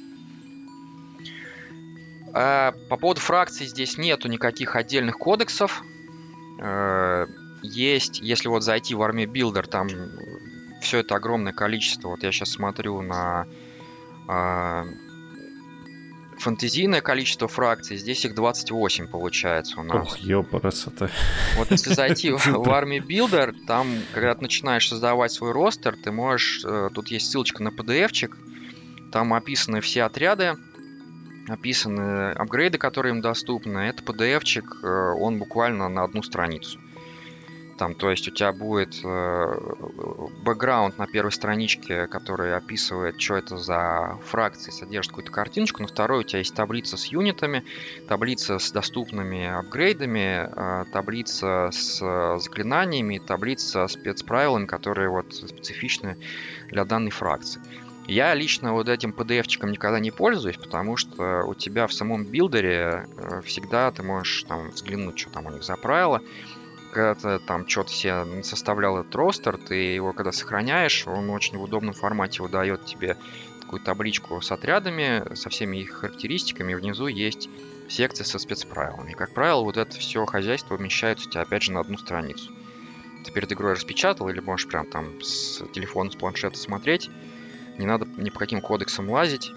[SPEAKER 2] А по поводу фракций здесь нету никаких отдельных кодексов. Э, есть, если вот зайти в Army Builder, там все это огромное количество. Вот я сейчас смотрю на... Э, фэнтезийное количество фракций, здесь их двадцать восемь получается у нас.
[SPEAKER 1] Ох, ёпарасота.
[SPEAKER 2] Вот если зайти в Army Builder, там, когда ты начинаешь создавать свой ростер, ты можешь... Тут есть ссылочка на пи ди эфчик, там описаны все отряды, описаны апгрейды, которые им доступны. Это пи ди эфчик, он буквально на одну страницу. Там, то есть у тебя будет э, бэкграунд на первой страничке, который описывает, что это за фракции, содержит какую-то картиночку. На второй у тебя есть таблица с юнитами, таблица с доступными апгрейдами, э, таблица с э, заклинаниями, таблица с спецправилами, которые вот специфичны для данной фракции. Я лично вот этим пи ди эфчиком никогда не пользуюсь, потому что у тебя в самом билдере э, всегда ты можешь там взглянуть, что там у них за правила. Когда ты там что-то себе составлял этот ростер, ты его когда сохраняешь, он очень в удобном формате выдает тебе такую табличку с отрядами, со всеми их характеристиками, и внизу есть секция со спецправилами. И, как правило, вот это все хозяйство умещается у тебя опять же на одну страницу. Ты перед игрой распечатал или можешь прям там с телефона, с планшета смотреть. Не надо ни по каким кодексам лазить.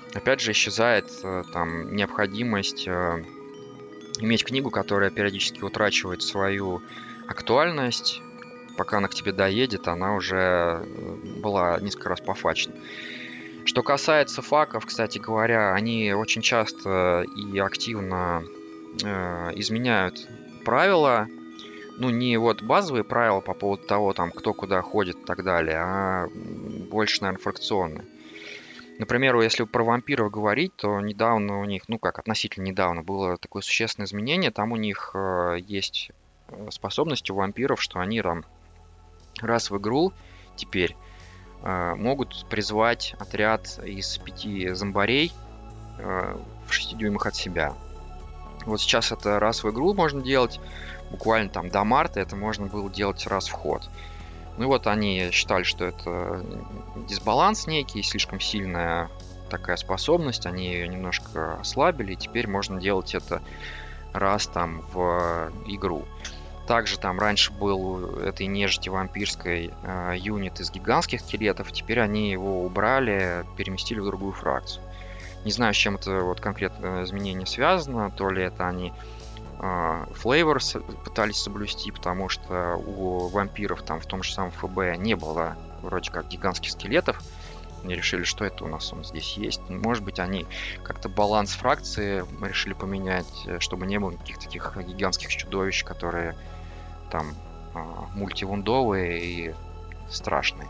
[SPEAKER 2] опять же, исчезает там необходимость иметь книгу, которая периодически утрачивает свою актуальность. Пока она к тебе доедет, она уже была несколько раз пофачена. Что касается факов, кстати говоря, они очень часто и активно э, изменяют правила. Ну, не вот базовые правила по поводу того, там, кто куда ходит и так далее, а больше, наверное, фракционные. Например, если про вампиров говорить, то недавно у них, ну как, относительно недавно было такое существенное изменение. Там у них э, есть способность у вампиров, что они там раз в игру теперь э, могут призвать отряд из пяти зомбарей э, в шести дюймах от себя. Вот сейчас это раз в игру можно делать, буквально там до марта это можно было делать раз в ход. Ну и вот они считали, что это дисбаланс некий, слишком сильная такая способность, они ее немножко ослабили, и теперь можно делать это раз там в игру. Также там раньше был у этой нежити вампирской э, юнит из гигантских скелетов, теперь они его убрали, переместили в другую фракцию. Не знаю, с чем это вот конкретно изменение связано, то ли это они флейвор пытались соблюсти, потому что у вампиров там в том же самом эф бэ не было вроде как гигантских скелетов. Они решили, что это у нас он здесь есть. Может быть, они как-то баланс фракции решили поменять, чтобы не было каких-то таких гигантских чудовищ, которые там мультивундовые и страшные.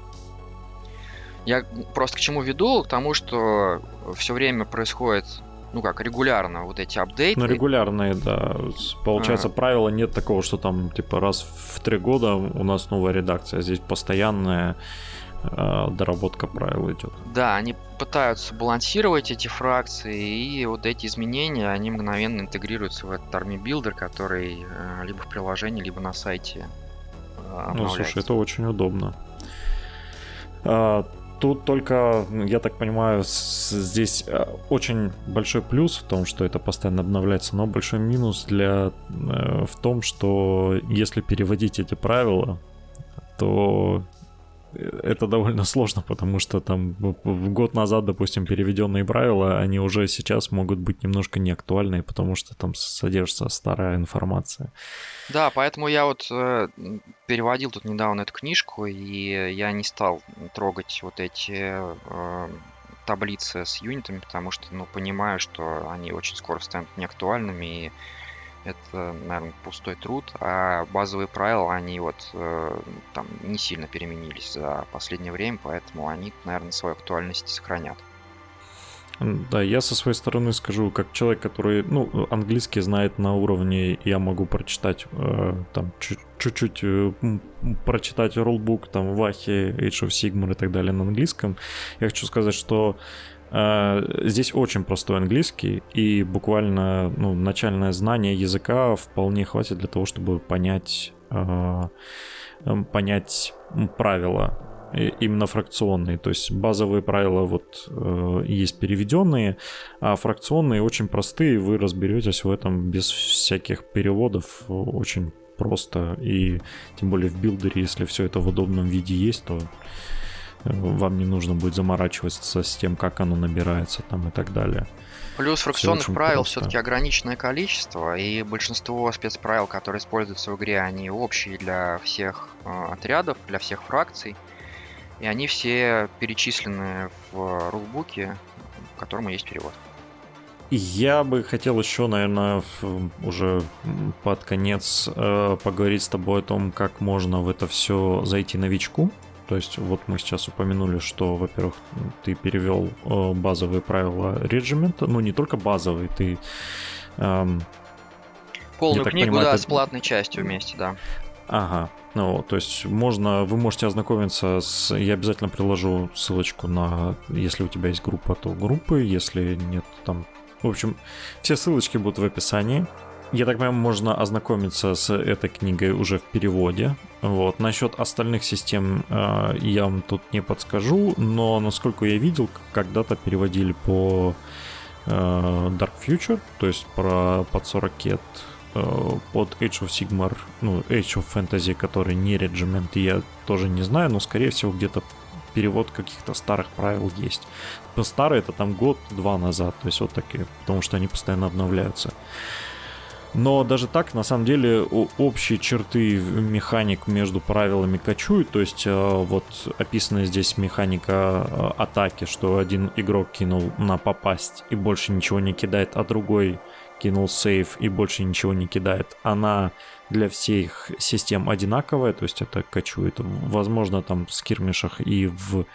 [SPEAKER 2] Я просто к чему веду? К тому, что все время происходит, ну как, регулярно вот эти апдейты.
[SPEAKER 1] Ну, регулярные, да. Получается, а. правила нет такого, что там, типа, раз в три года у нас новая редакция. Здесь постоянная э, доработка правил идет.
[SPEAKER 2] Да, они пытаются балансировать эти фракции, и вот эти изменения, они мгновенно интегрируются в этот Army Builder, который э, либо в приложении, либо на сайте э, обновляется.
[SPEAKER 1] Ну, слушай, это очень удобно. А, Тут только, я так понимаю, здесь очень большой плюс в том, что это постоянно обновляется, но большой минус для, в том, что если переводить эти правила, то это довольно сложно, потому что там год назад, допустим, переведенные правила, они уже сейчас могут быть немножко неактуальные, потому что там содержится старая информация.
[SPEAKER 2] Да, поэтому я вот э, переводил тут недавно эту книжку, и я не стал трогать вот эти э, таблицы с юнитами, потому что, ну, понимаю, что они очень скоро станут неактуальными, и это, наверное, пустой труд, а базовые правила, они вот э, там не сильно переменились за последнее время, поэтому они, наверное, свою актуальность сохранят.
[SPEAKER 1] Да, я со своей стороны скажу, как человек, который, ну, английский знает на уровне, я могу прочитать, э, там, чуть-чуть э, прочитать рулбук, там, Вахи, Age of Sigmar и так далее на английском. Я хочу сказать, что э, здесь очень простой английский, и буквально, ну, начальное знание языка вполне хватит для того, чтобы понять, э, понять правила. Именно фракционные, то есть базовые правила вот э, есть переведенные, а фракционные очень простые, вы разберетесь в этом без всяких переводов очень просто, и тем более в билдере, если все это в удобном виде есть, то вам не нужно будет заморачиваться с тем, как оно набирается там и так далее.
[SPEAKER 2] Плюс фракционных правил просто. Все-таки ограниченное количество, и большинство спецправил, которые используются в игре, они общие для всех э, отрядов, для всех фракций. И они все перечислены в рулбуке, к которому есть перевод.
[SPEAKER 1] Я бы хотел еще, наверное, уже под конец э, поговорить с тобой о том, как можно в это все зайти новичку. То есть вот мы сейчас упомянули, что, во-первых, ты перевел э, базовые правила регимента. Ну, не только базовые, ты... Эм,
[SPEAKER 2] Полную книгу, понимаю, да, ты... с платной частью вместе, да.
[SPEAKER 1] Ага, ну, то есть можно, вы можете ознакомиться с... Я обязательно приложу ссылочку на... Если у тебя есть группа, то группы, если нет, там... В общем, все ссылочки будут в описании. Я так понимаю, можно ознакомиться с этой книгой уже в переводе. Вот. Насчет остальных систем э, я вам тут не подскажу, но, насколько я видел, когда-то переводили по э, Dark Future, то есть про под сорок кет, под Age of Sigmar, ну, Age of Fantasy, который не Regiment, я тоже не знаю, но, скорее всего, где-то перевод каких-то старых правил есть. Старые это там год-два назад, то есть вот такие, потому что они постоянно обновляются. Но даже так, на самом деле, общие черты механик между правилами кочуют. То есть вот описана здесь механика атаки, что один игрок кинул на попасть и больше ничего не кидает, а другой кинул сейв и больше ничего не кидает. Она для всех систем одинаковая, то есть это кочует. Возможно, там в скирмишах и в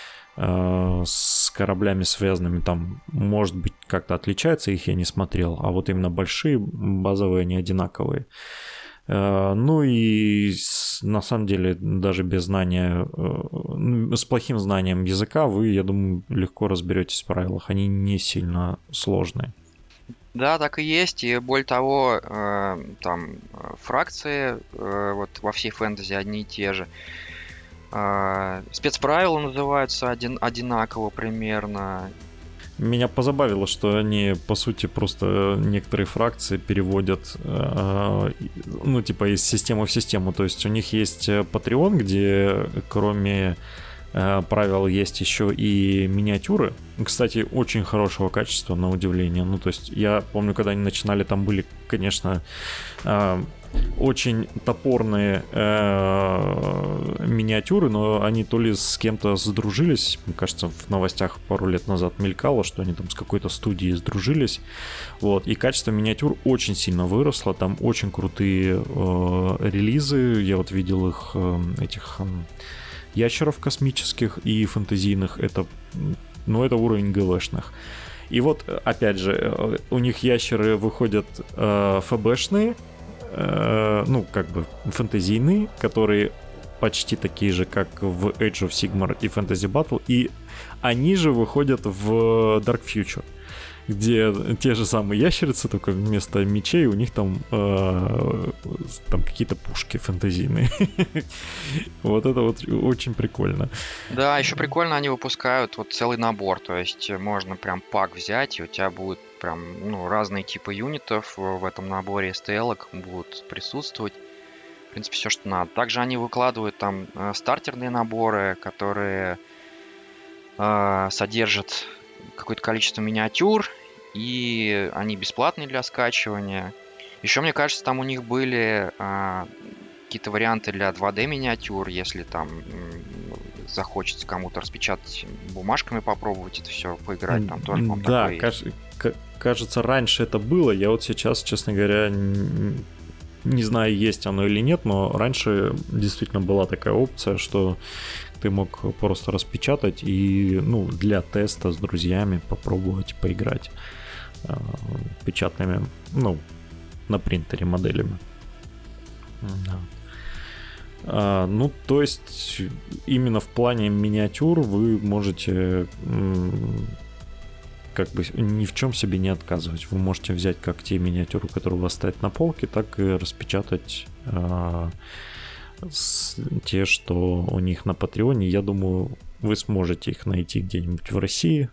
[SPEAKER 1] с кораблями связанными там, может быть, как-то отличается, их я не смотрел, а вот именно большие, базовые, они одинаковые. Ну и на самом деле даже без знания, с плохим знанием языка вы, я думаю, легко разберетесь в правилах, они не сильно сложные.
[SPEAKER 2] Да, так и есть, и более того, там фракции вот во всей фэнтези одни и те же. Спецправила называются один, одинаково примерно.
[SPEAKER 1] Меня позабавило, что они, по сути, просто некоторые фракции переводят, ну, типа, из системы в систему. То есть у них есть Patreon, где кроме правил есть еще и миниатюры. Кстати, очень хорошего качества, на удивление. Ну, то есть я помню, когда они начинали, там были, конечно, очень топорные э, миниатюры, но они то ли с кем-то сдружились, мне кажется, в новостях пару лет назад мелькало, что они там с какой-то студией сдружились, вот, и качество миниатюр очень сильно выросло, там очень крутые э, релизы, я вот видел их, э, этих э, ящеров космических и фэнтезийных, это, ну, это уровень ГВшных. И вот, опять же, у них ящеры выходят э, ФБшные, ну, как бы фэнтезийные, которые почти такие же, как в Age of Sigmar и Fantasy Battle, и они же выходят в Dark Future, где те же самые ящерицы, только вместо мечей у них там, э, там какие-то пушки фэнтезийные. Вот это вот очень прикольно.
[SPEAKER 2] Да, еще прикольно они выпускают вот целый набор, то есть можно прям пак взять, и у тебя будет прям, ну, разные типы юнитов в этом наборе, эс тэ эл-ок будут присутствовать. В принципе, все, что надо. Также они выкладывают там э, стартерные наборы, которые э, содержат какое-то количество миниатюр, и они бесплатные для скачивания. Еще, мне кажется, там у них были э, какие-то варианты для два дэ миниатюр, если там э, захочется кому-то распечатать бумажками, попробовать это все поиграть. Там тоже, по-моему,
[SPEAKER 1] да,
[SPEAKER 2] такое
[SPEAKER 1] каж- к- кажется, раньше это было. Я вот сейчас, честно говоря, не, не знаю, есть оно или нет, но раньше действительно была такая опция, что ты мог просто распечатать и, ну, для теста с друзьями попробовать поиграть э, печатными, ну, на принтере моделями. Да. А, ну, то есть именно в плане миниатюр вы можете м- как бы ни в чем себе не отказывать. Вы можете взять как те миниатюры, которые у вас стоят на полке, так и распечатать а, с, те, что у них на Патреоне. Я думаю, вы сможете их найти где-нибудь в России.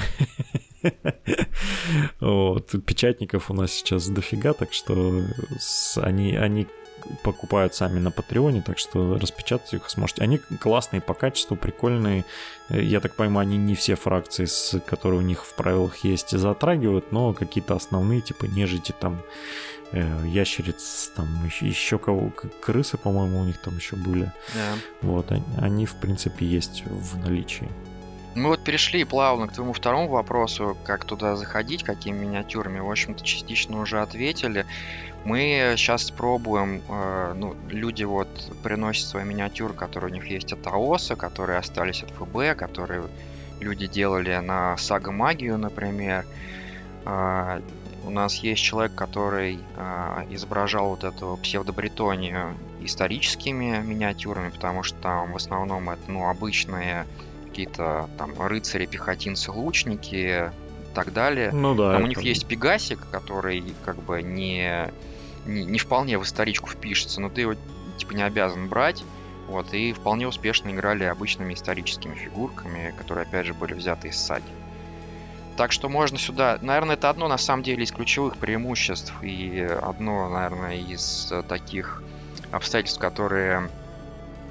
[SPEAKER 1] Вот. Печатников у нас сейчас дофига, так что они, они покупают сами на Патреоне, так что распечатать их сможете. Они классные по качеству, прикольные. Я так понимаю, они не все фракции, которые у них в правилах есть, затрагивают, но какие-то основные, типа нежити, там, ящериц, там, еще кого, крысы, по-моему, у них там еще были.
[SPEAKER 2] Да.
[SPEAKER 1] Вот, они, в принципе, есть в наличии.
[SPEAKER 2] Мы вот перешли плавно к твоему второму вопросу, как туда заходить, какими миниатюрами. В общем-то, частично уже ответили. Мы сейчас пробуем, э, ну, люди вот приносят свои миниатюры, которые у них есть от АОСа, которые остались от эф бэ, которые люди делали на Сага Магию, например. Э, у нас есть человек, который э, изображал вот эту псевдобретонию историческими миниатюрами, потому что там в основном это, ну, обычные какие-то там рыцари, пехотинцы, лучники и так далее.
[SPEAKER 1] Ну да.
[SPEAKER 2] Там у них есть пегасик, который как бы не, не, не вполне в историчку впишется, но ты его типа не обязан брать. Вот, и вполне успешно играли обычными историческими фигурками, которые, опять же, были взяты из саги. Так что можно сюда... Наверное, это одно, на самом деле, из ключевых преимуществ и одно, наверное, из таких обстоятельств, которые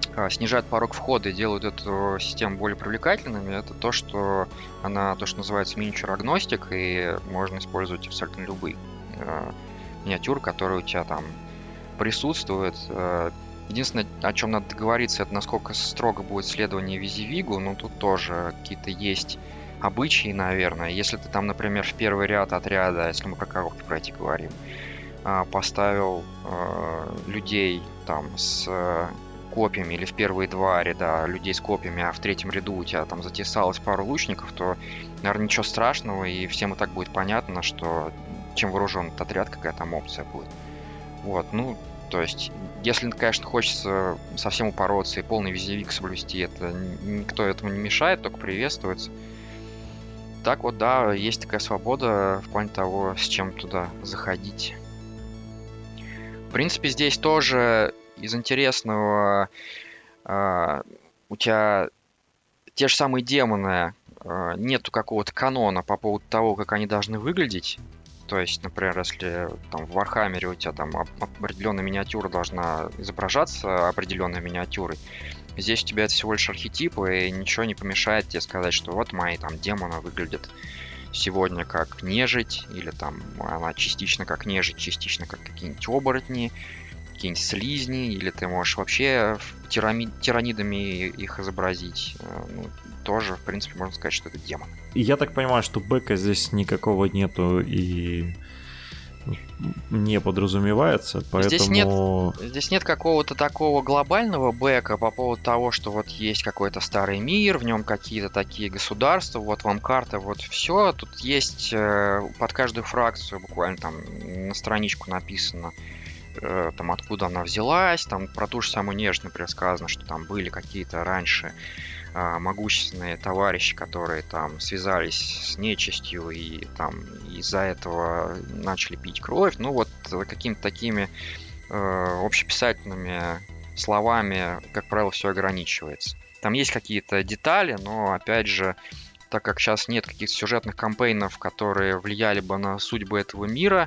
[SPEAKER 2] снижают порог входа и делают эту систему более привлекательными, это то, что она, то, что называется miniature agnostic, и можно использовать абсолютно любые э, миниатюры, которые у тебя там присутствуют. Единственное, о чем надо договориться, это насколько строго будет следование визивигу, но тут тоже какие-то есть обычаи, наверное. Если ты там, например, в первый ряд отряда, если мы про коробки про эти говорим, поставил э, людей там с копьями, или в первые два ряда людей с копьями, а в третьем ряду у тебя там затесалось пару лучников, то, наверное, ничего страшного, и всем и так будет понятно, что чем вооружен этот отряд, какая там опция будет. Вот, ну, то есть, если, конечно, хочется совсем упороться и полный визивик соблюсти, это никто этому не мешает, только приветствуется. Так вот, да, есть такая свобода в плане того, с чем туда заходить. В принципе, здесь тоже из интересного э, у тебя те же самые демоны, э, нету какого-то канона по поводу того, как они должны выглядеть. То есть, например, если там в Вархаммере у тебя там определенная миниатюра должна изображаться определенной миниатюрой, здесь у тебя это всего лишь архетипы, и ничего не помешает тебе сказать, что вот мои там демоны выглядят сегодня как нежить, или там она частично как нежить, частично как какие-нибудь оборотни, какие-нибудь слизни, или ты можешь вообще тирами... тиранидами их изобразить. Ну, тоже, в принципе, можно сказать, что это демон.
[SPEAKER 1] И я так понимаю, что бэка здесь никакого нету и не подразумевается, поэтому...
[SPEAKER 2] Здесь нет, здесь нет какого-то такого глобального бэка по поводу того, что вот есть какой-то старый мир, в нем какие-то такие государства, вот вам карта, вот все. Тут есть э, под каждую фракцию буквально там на страничку написано, э, там откуда она взялась, там про ту же самую нежить, например, сказано, что там были какие-то раньше могущественные товарищи, которые там связались с нечистью и там из-за этого начали пить кровь. Ну вот какими-то такими э, общеписательными словами, как правило, все ограничивается. Там есть какие-то детали, но опять же, так как сейчас нет каких-то сюжетных кампейнов, которые влияли бы на судьбы этого мира,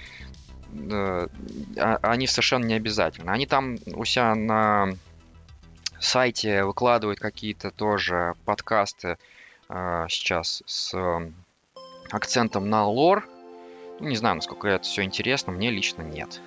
[SPEAKER 2] э, они совершенно не обязательны. Они там у себя на сайте выкладывают какие-то тоже подкасты э, сейчас с э, акцентом на лор. Ну, не знаю, насколько это все интересно, мне лично нет.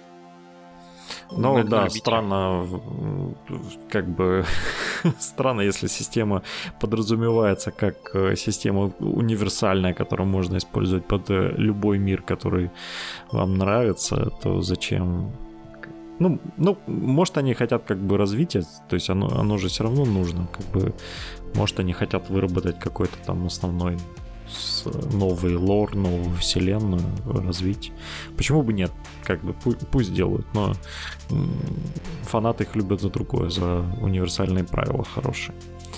[SPEAKER 1] Ну это да, странно, как бы странно, если система подразумевается как система универсальная, которую можно использовать под любой мир, который вам нравится, то зачем? Ну, ну, может, они хотят как бы развития, то есть оно, оно же все равно нужно, как бы, может, они хотят выработать какой-то там основной новый лор, новую вселенную, развить. Почему бы нет? Как бы пусть, пусть делают, но фанаты их любят за другое, за универсальные правила хорошие.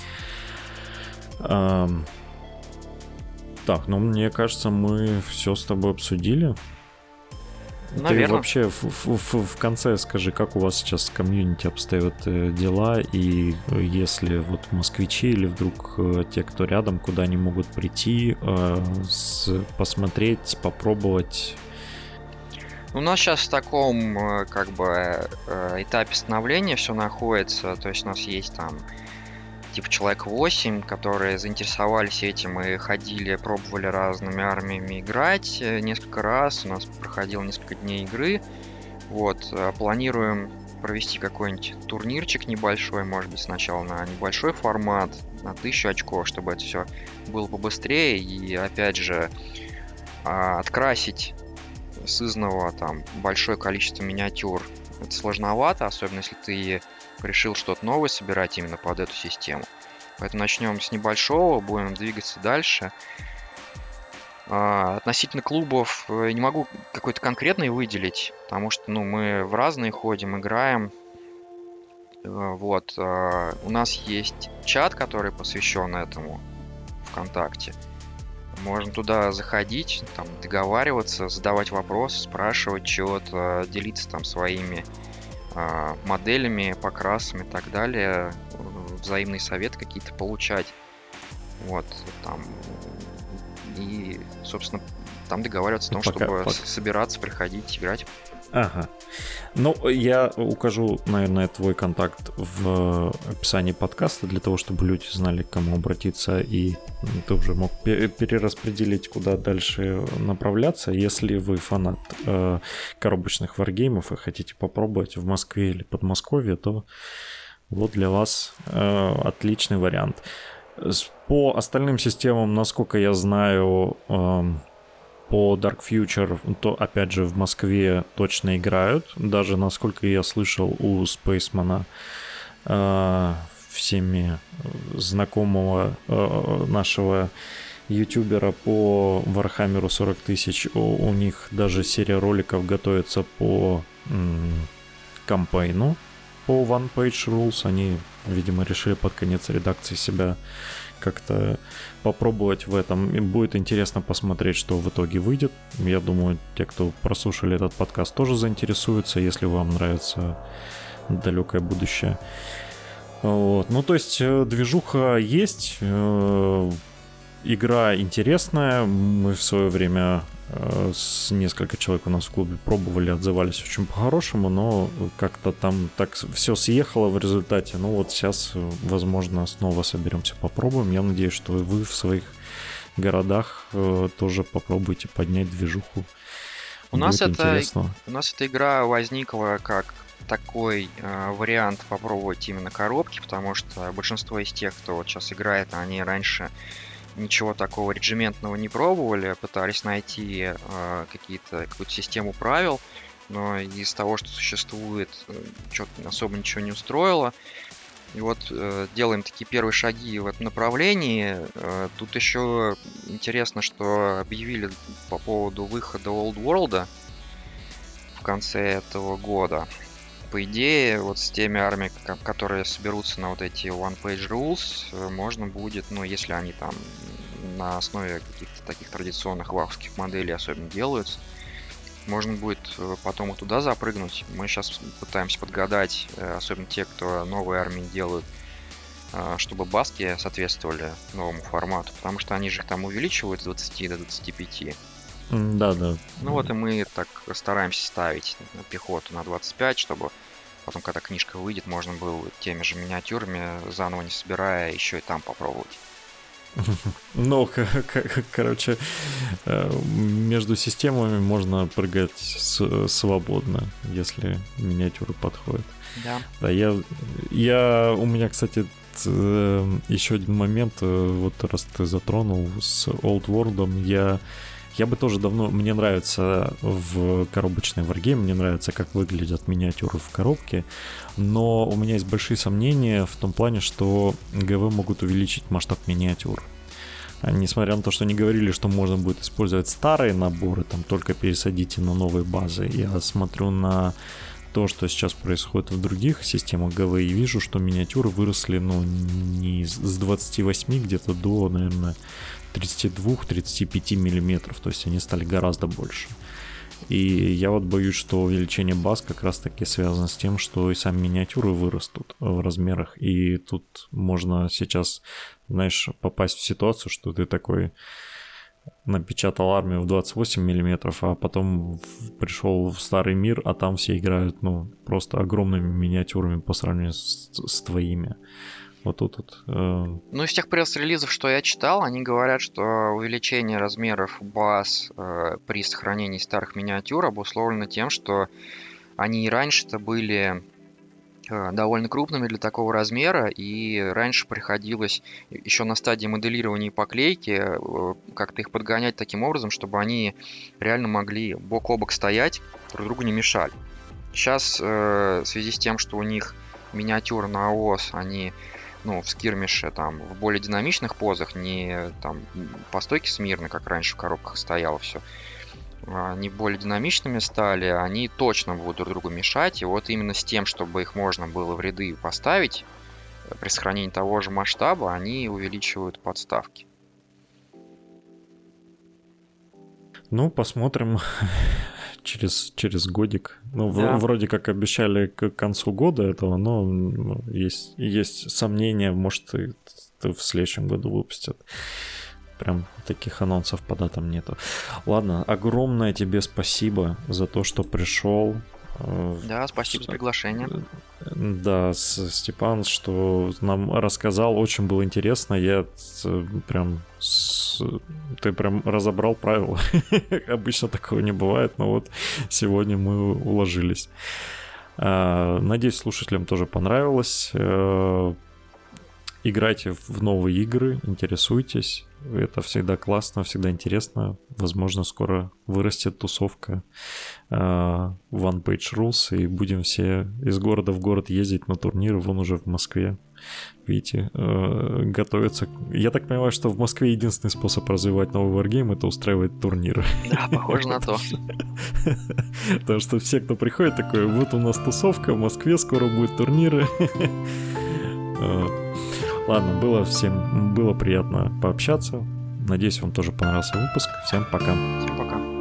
[SPEAKER 1] А, так, ну, мне кажется, мы все с тобой обсудили.
[SPEAKER 2] Наверное.
[SPEAKER 1] Ты вообще в, в, в конце скажи, как у вас сейчас с комьюнити обстоят дела, и если вот москвичи или вдруг те, кто рядом, куда они могут прийти, с, посмотреть, попробовать?
[SPEAKER 2] У нас сейчас в таком как бы этапе становления все находится, то есть у нас есть там типа человек восемь, которые заинтересовались этим и ходили, пробовали разными армиями играть несколько раз. У нас проходило несколько дней игры. Вот, планируем провести какой-нибудь турнирчик небольшой, может быть, сначала на небольшой формат, на тысячу очков, чтобы это все было побыстрее. И опять же, открасить сызново там большое количество миниатюр. Это сложновато, особенно если ты решил что-то новое собирать именно под эту систему. Поэтому начнем с небольшого, будем двигаться дальше. А, относительно клубов не могу какой-то конкретный выделить, потому что ну, мы в разные ходим, играем. Вот. А, у нас есть чат, который посвящен этому ВКонтакте. Можно туда заходить, там, договариваться, задавать вопросы, спрашивать чего-то, делиться там своими моделями, покрасами и так далее, взаимные советы какие-то получать. Вот, там и, собственно, там договариваться о том,
[SPEAKER 1] пока,
[SPEAKER 2] чтобы
[SPEAKER 1] пока.
[SPEAKER 2] собираться, приходить, играть.
[SPEAKER 1] Ага. Ну, я укажу, наверное, твой контакт в описании подкаста для того, чтобы люди знали, к кому обратиться, и ты уже мог перераспределить, куда дальше направляться. Если вы фанат э, коробочных варгеймов и хотите попробовать в Москве или Подмосковье, то вот для вас э, отличный вариант. По остальным системам, насколько я знаю, э, по Dark Future, то, опять же, в Москве точно играют. Даже, насколько я слышал, у Спейсмана, э, всеми знакомого э, нашего ютубера по Вархаммеру сорок тысяч, у, у них даже серия роликов готовится по м, кампейну, по One Page Rules. Они, видимо, решили под конец редакции себя как-то попробовать в этом. И будет интересно посмотреть, что в итоге выйдет. Я думаю, те, кто прослушали этот подкаст, тоже заинтересуются, если вам нравится далекое будущее. Вот. Ну, то есть движуха есть, игра интересная. Мы в свое время с несколько человек у нас в клубе пробовали, отзывались очень по-хорошему, но как-то там так все съехало в результате. Ну вот сейчас, возможно, снова соберемся, попробуем. Я надеюсь, что вы в своих городах тоже попробуйте поднять движуху.
[SPEAKER 2] У нас, это, у нас эта игра возникла как такой э, вариант попробовать именно коробки, потому что большинство из тех, кто вот сейчас играет, они раньше ничего такого реджиментного не пробовали, пытались найти э, какие-то, какую-то систему правил, но из того, что существует, что-то особо ничего не устроило. И вот э, делаем такие первые шаги в этом направлении. Э, тут еще интересно, что объявили по поводу выхода Old World в конце этого года. По идее, вот с теми армиями, которые соберутся на вот эти One Page Rules, можно будет, ну, если они там на основе каких-то таких традиционных ваховских моделей особенно делаются, можно будет потом и туда запрыгнуть. Мы сейчас пытаемся подгадать, особенно те, кто новые армии делают, чтобы баски соответствовали новому формату, потому что они же их там увеличивают с двадцати до двадцати пяти.
[SPEAKER 1] Да, да.
[SPEAKER 2] Ну вот и мы так стараемся ставить пехоту на двадцать пять, чтобы потом, когда книжка выйдет, можно было теми же миниатюрами, заново не собирая, еще и там попробовать.
[SPEAKER 1] Ну, короче, между системами можно прыгать свободно, если миниатюры подходят.
[SPEAKER 2] Да.
[SPEAKER 1] Да, я, я, у меня, кстати, еще один момент, вот раз ты затронул с Old World, я Я бы тоже давно... Мне нравится в коробочной варгейм, мне нравится, как выглядят миниатюры в коробке, но у меня есть большие сомнения в том плане, что ГВ могут увеличить масштаб миниатюр. Несмотря на то, что они говорили, что можно будет использовать старые наборы, там только пересадите на новые базы, я смотрю на то, что сейчас происходит в других системах ГВ, и вижу, что миниатюры выросли, ну, не с двадцати восьми где-то до, наверное, тридцати двух — тридцати пяти миллиметров, то есть они стали гораздо больше. И я вот боюсь, что увеличение баз как раз таки связано с тем, что и сами миниатюры вырастут в размерах, и тут можно сейчас, знаешь, попасть в ситуацию, что ты такой напечатал армию в двадцать восемь миллиметров, а потом пришел в старый мир, а там все играют, ну, просто огромными миниатюрами по сравнению с, с твоими. Вот тут вот. Э...
[SPEAKER 2] Ну, из тех пресс-релизов, что я читал, они говорят, что увеличение размеров баз э, при сохранении старых миниатюр обусловлено тем, что они и раньше-то были э, довольно крупными для такого размера, и раньше приходилось еще на стадии моделирования и поклейки э, как-то их подгонять таким образом, чтобы они реально могли бок о бок стоять, друг другу не мешали. Сейчас э, в связи с тем, что у них миниатюры на ООС, они ну, в скирмише, там, в более динамичных позах, не там по стойке смирно, как раньше в коробках стояло все, они более динамичными стали, они точно будут друг другу мешать, и вот именно с тем, чтобы их можно было в ряды поставить, при сохранении того же масштаба, они увеличивают подставки.
[SPEAKER 1] Ну, посмотрим через, через годик. Ну,
[SPEAKER 2] да.
[SPEAKER 1] в, вроде как обещали к концу года этого, но есть, есть сомнения, может, и в следующем году выпустят. прям таких анонсов по датам нету. Ладно, огромное тебе спасибо за то, что пришел.
[SPEAKER 2] Да, спасибо за приглашение.
[SPEAKER 1] Да, Степан, что нам рассказал, очень было интересно. Я прям... Ты прям разобрал правила. Обычно такого не бывает, но вот сегодня мы уложились. Надеюсь, слушателям тоже понравилось. Играйте в новые игры, интересуйтесь. Это всегда классно, всегда интересно. Возможно, скоро вырастет тусовка uh, One Page Rules, и будем все из города в город ездить на турниры. Вон уже в Москве, видите, uh, готовятся. Я так понимаю, что в Москве единственный способ развивать новый варгейм — это устраивать турниры.
[SPEAKER 2] Да, похоже на то.
[SPEAKER 1] Потому что все, кто приходит, такой: вот у нас тусовка в Москве, скоро будут турниры. Ладно, было всем было приятно пообщаться. Надеюсь, вам тоже понравился выпуск. Всем пока.
[SPEAKER 2] Всем пока.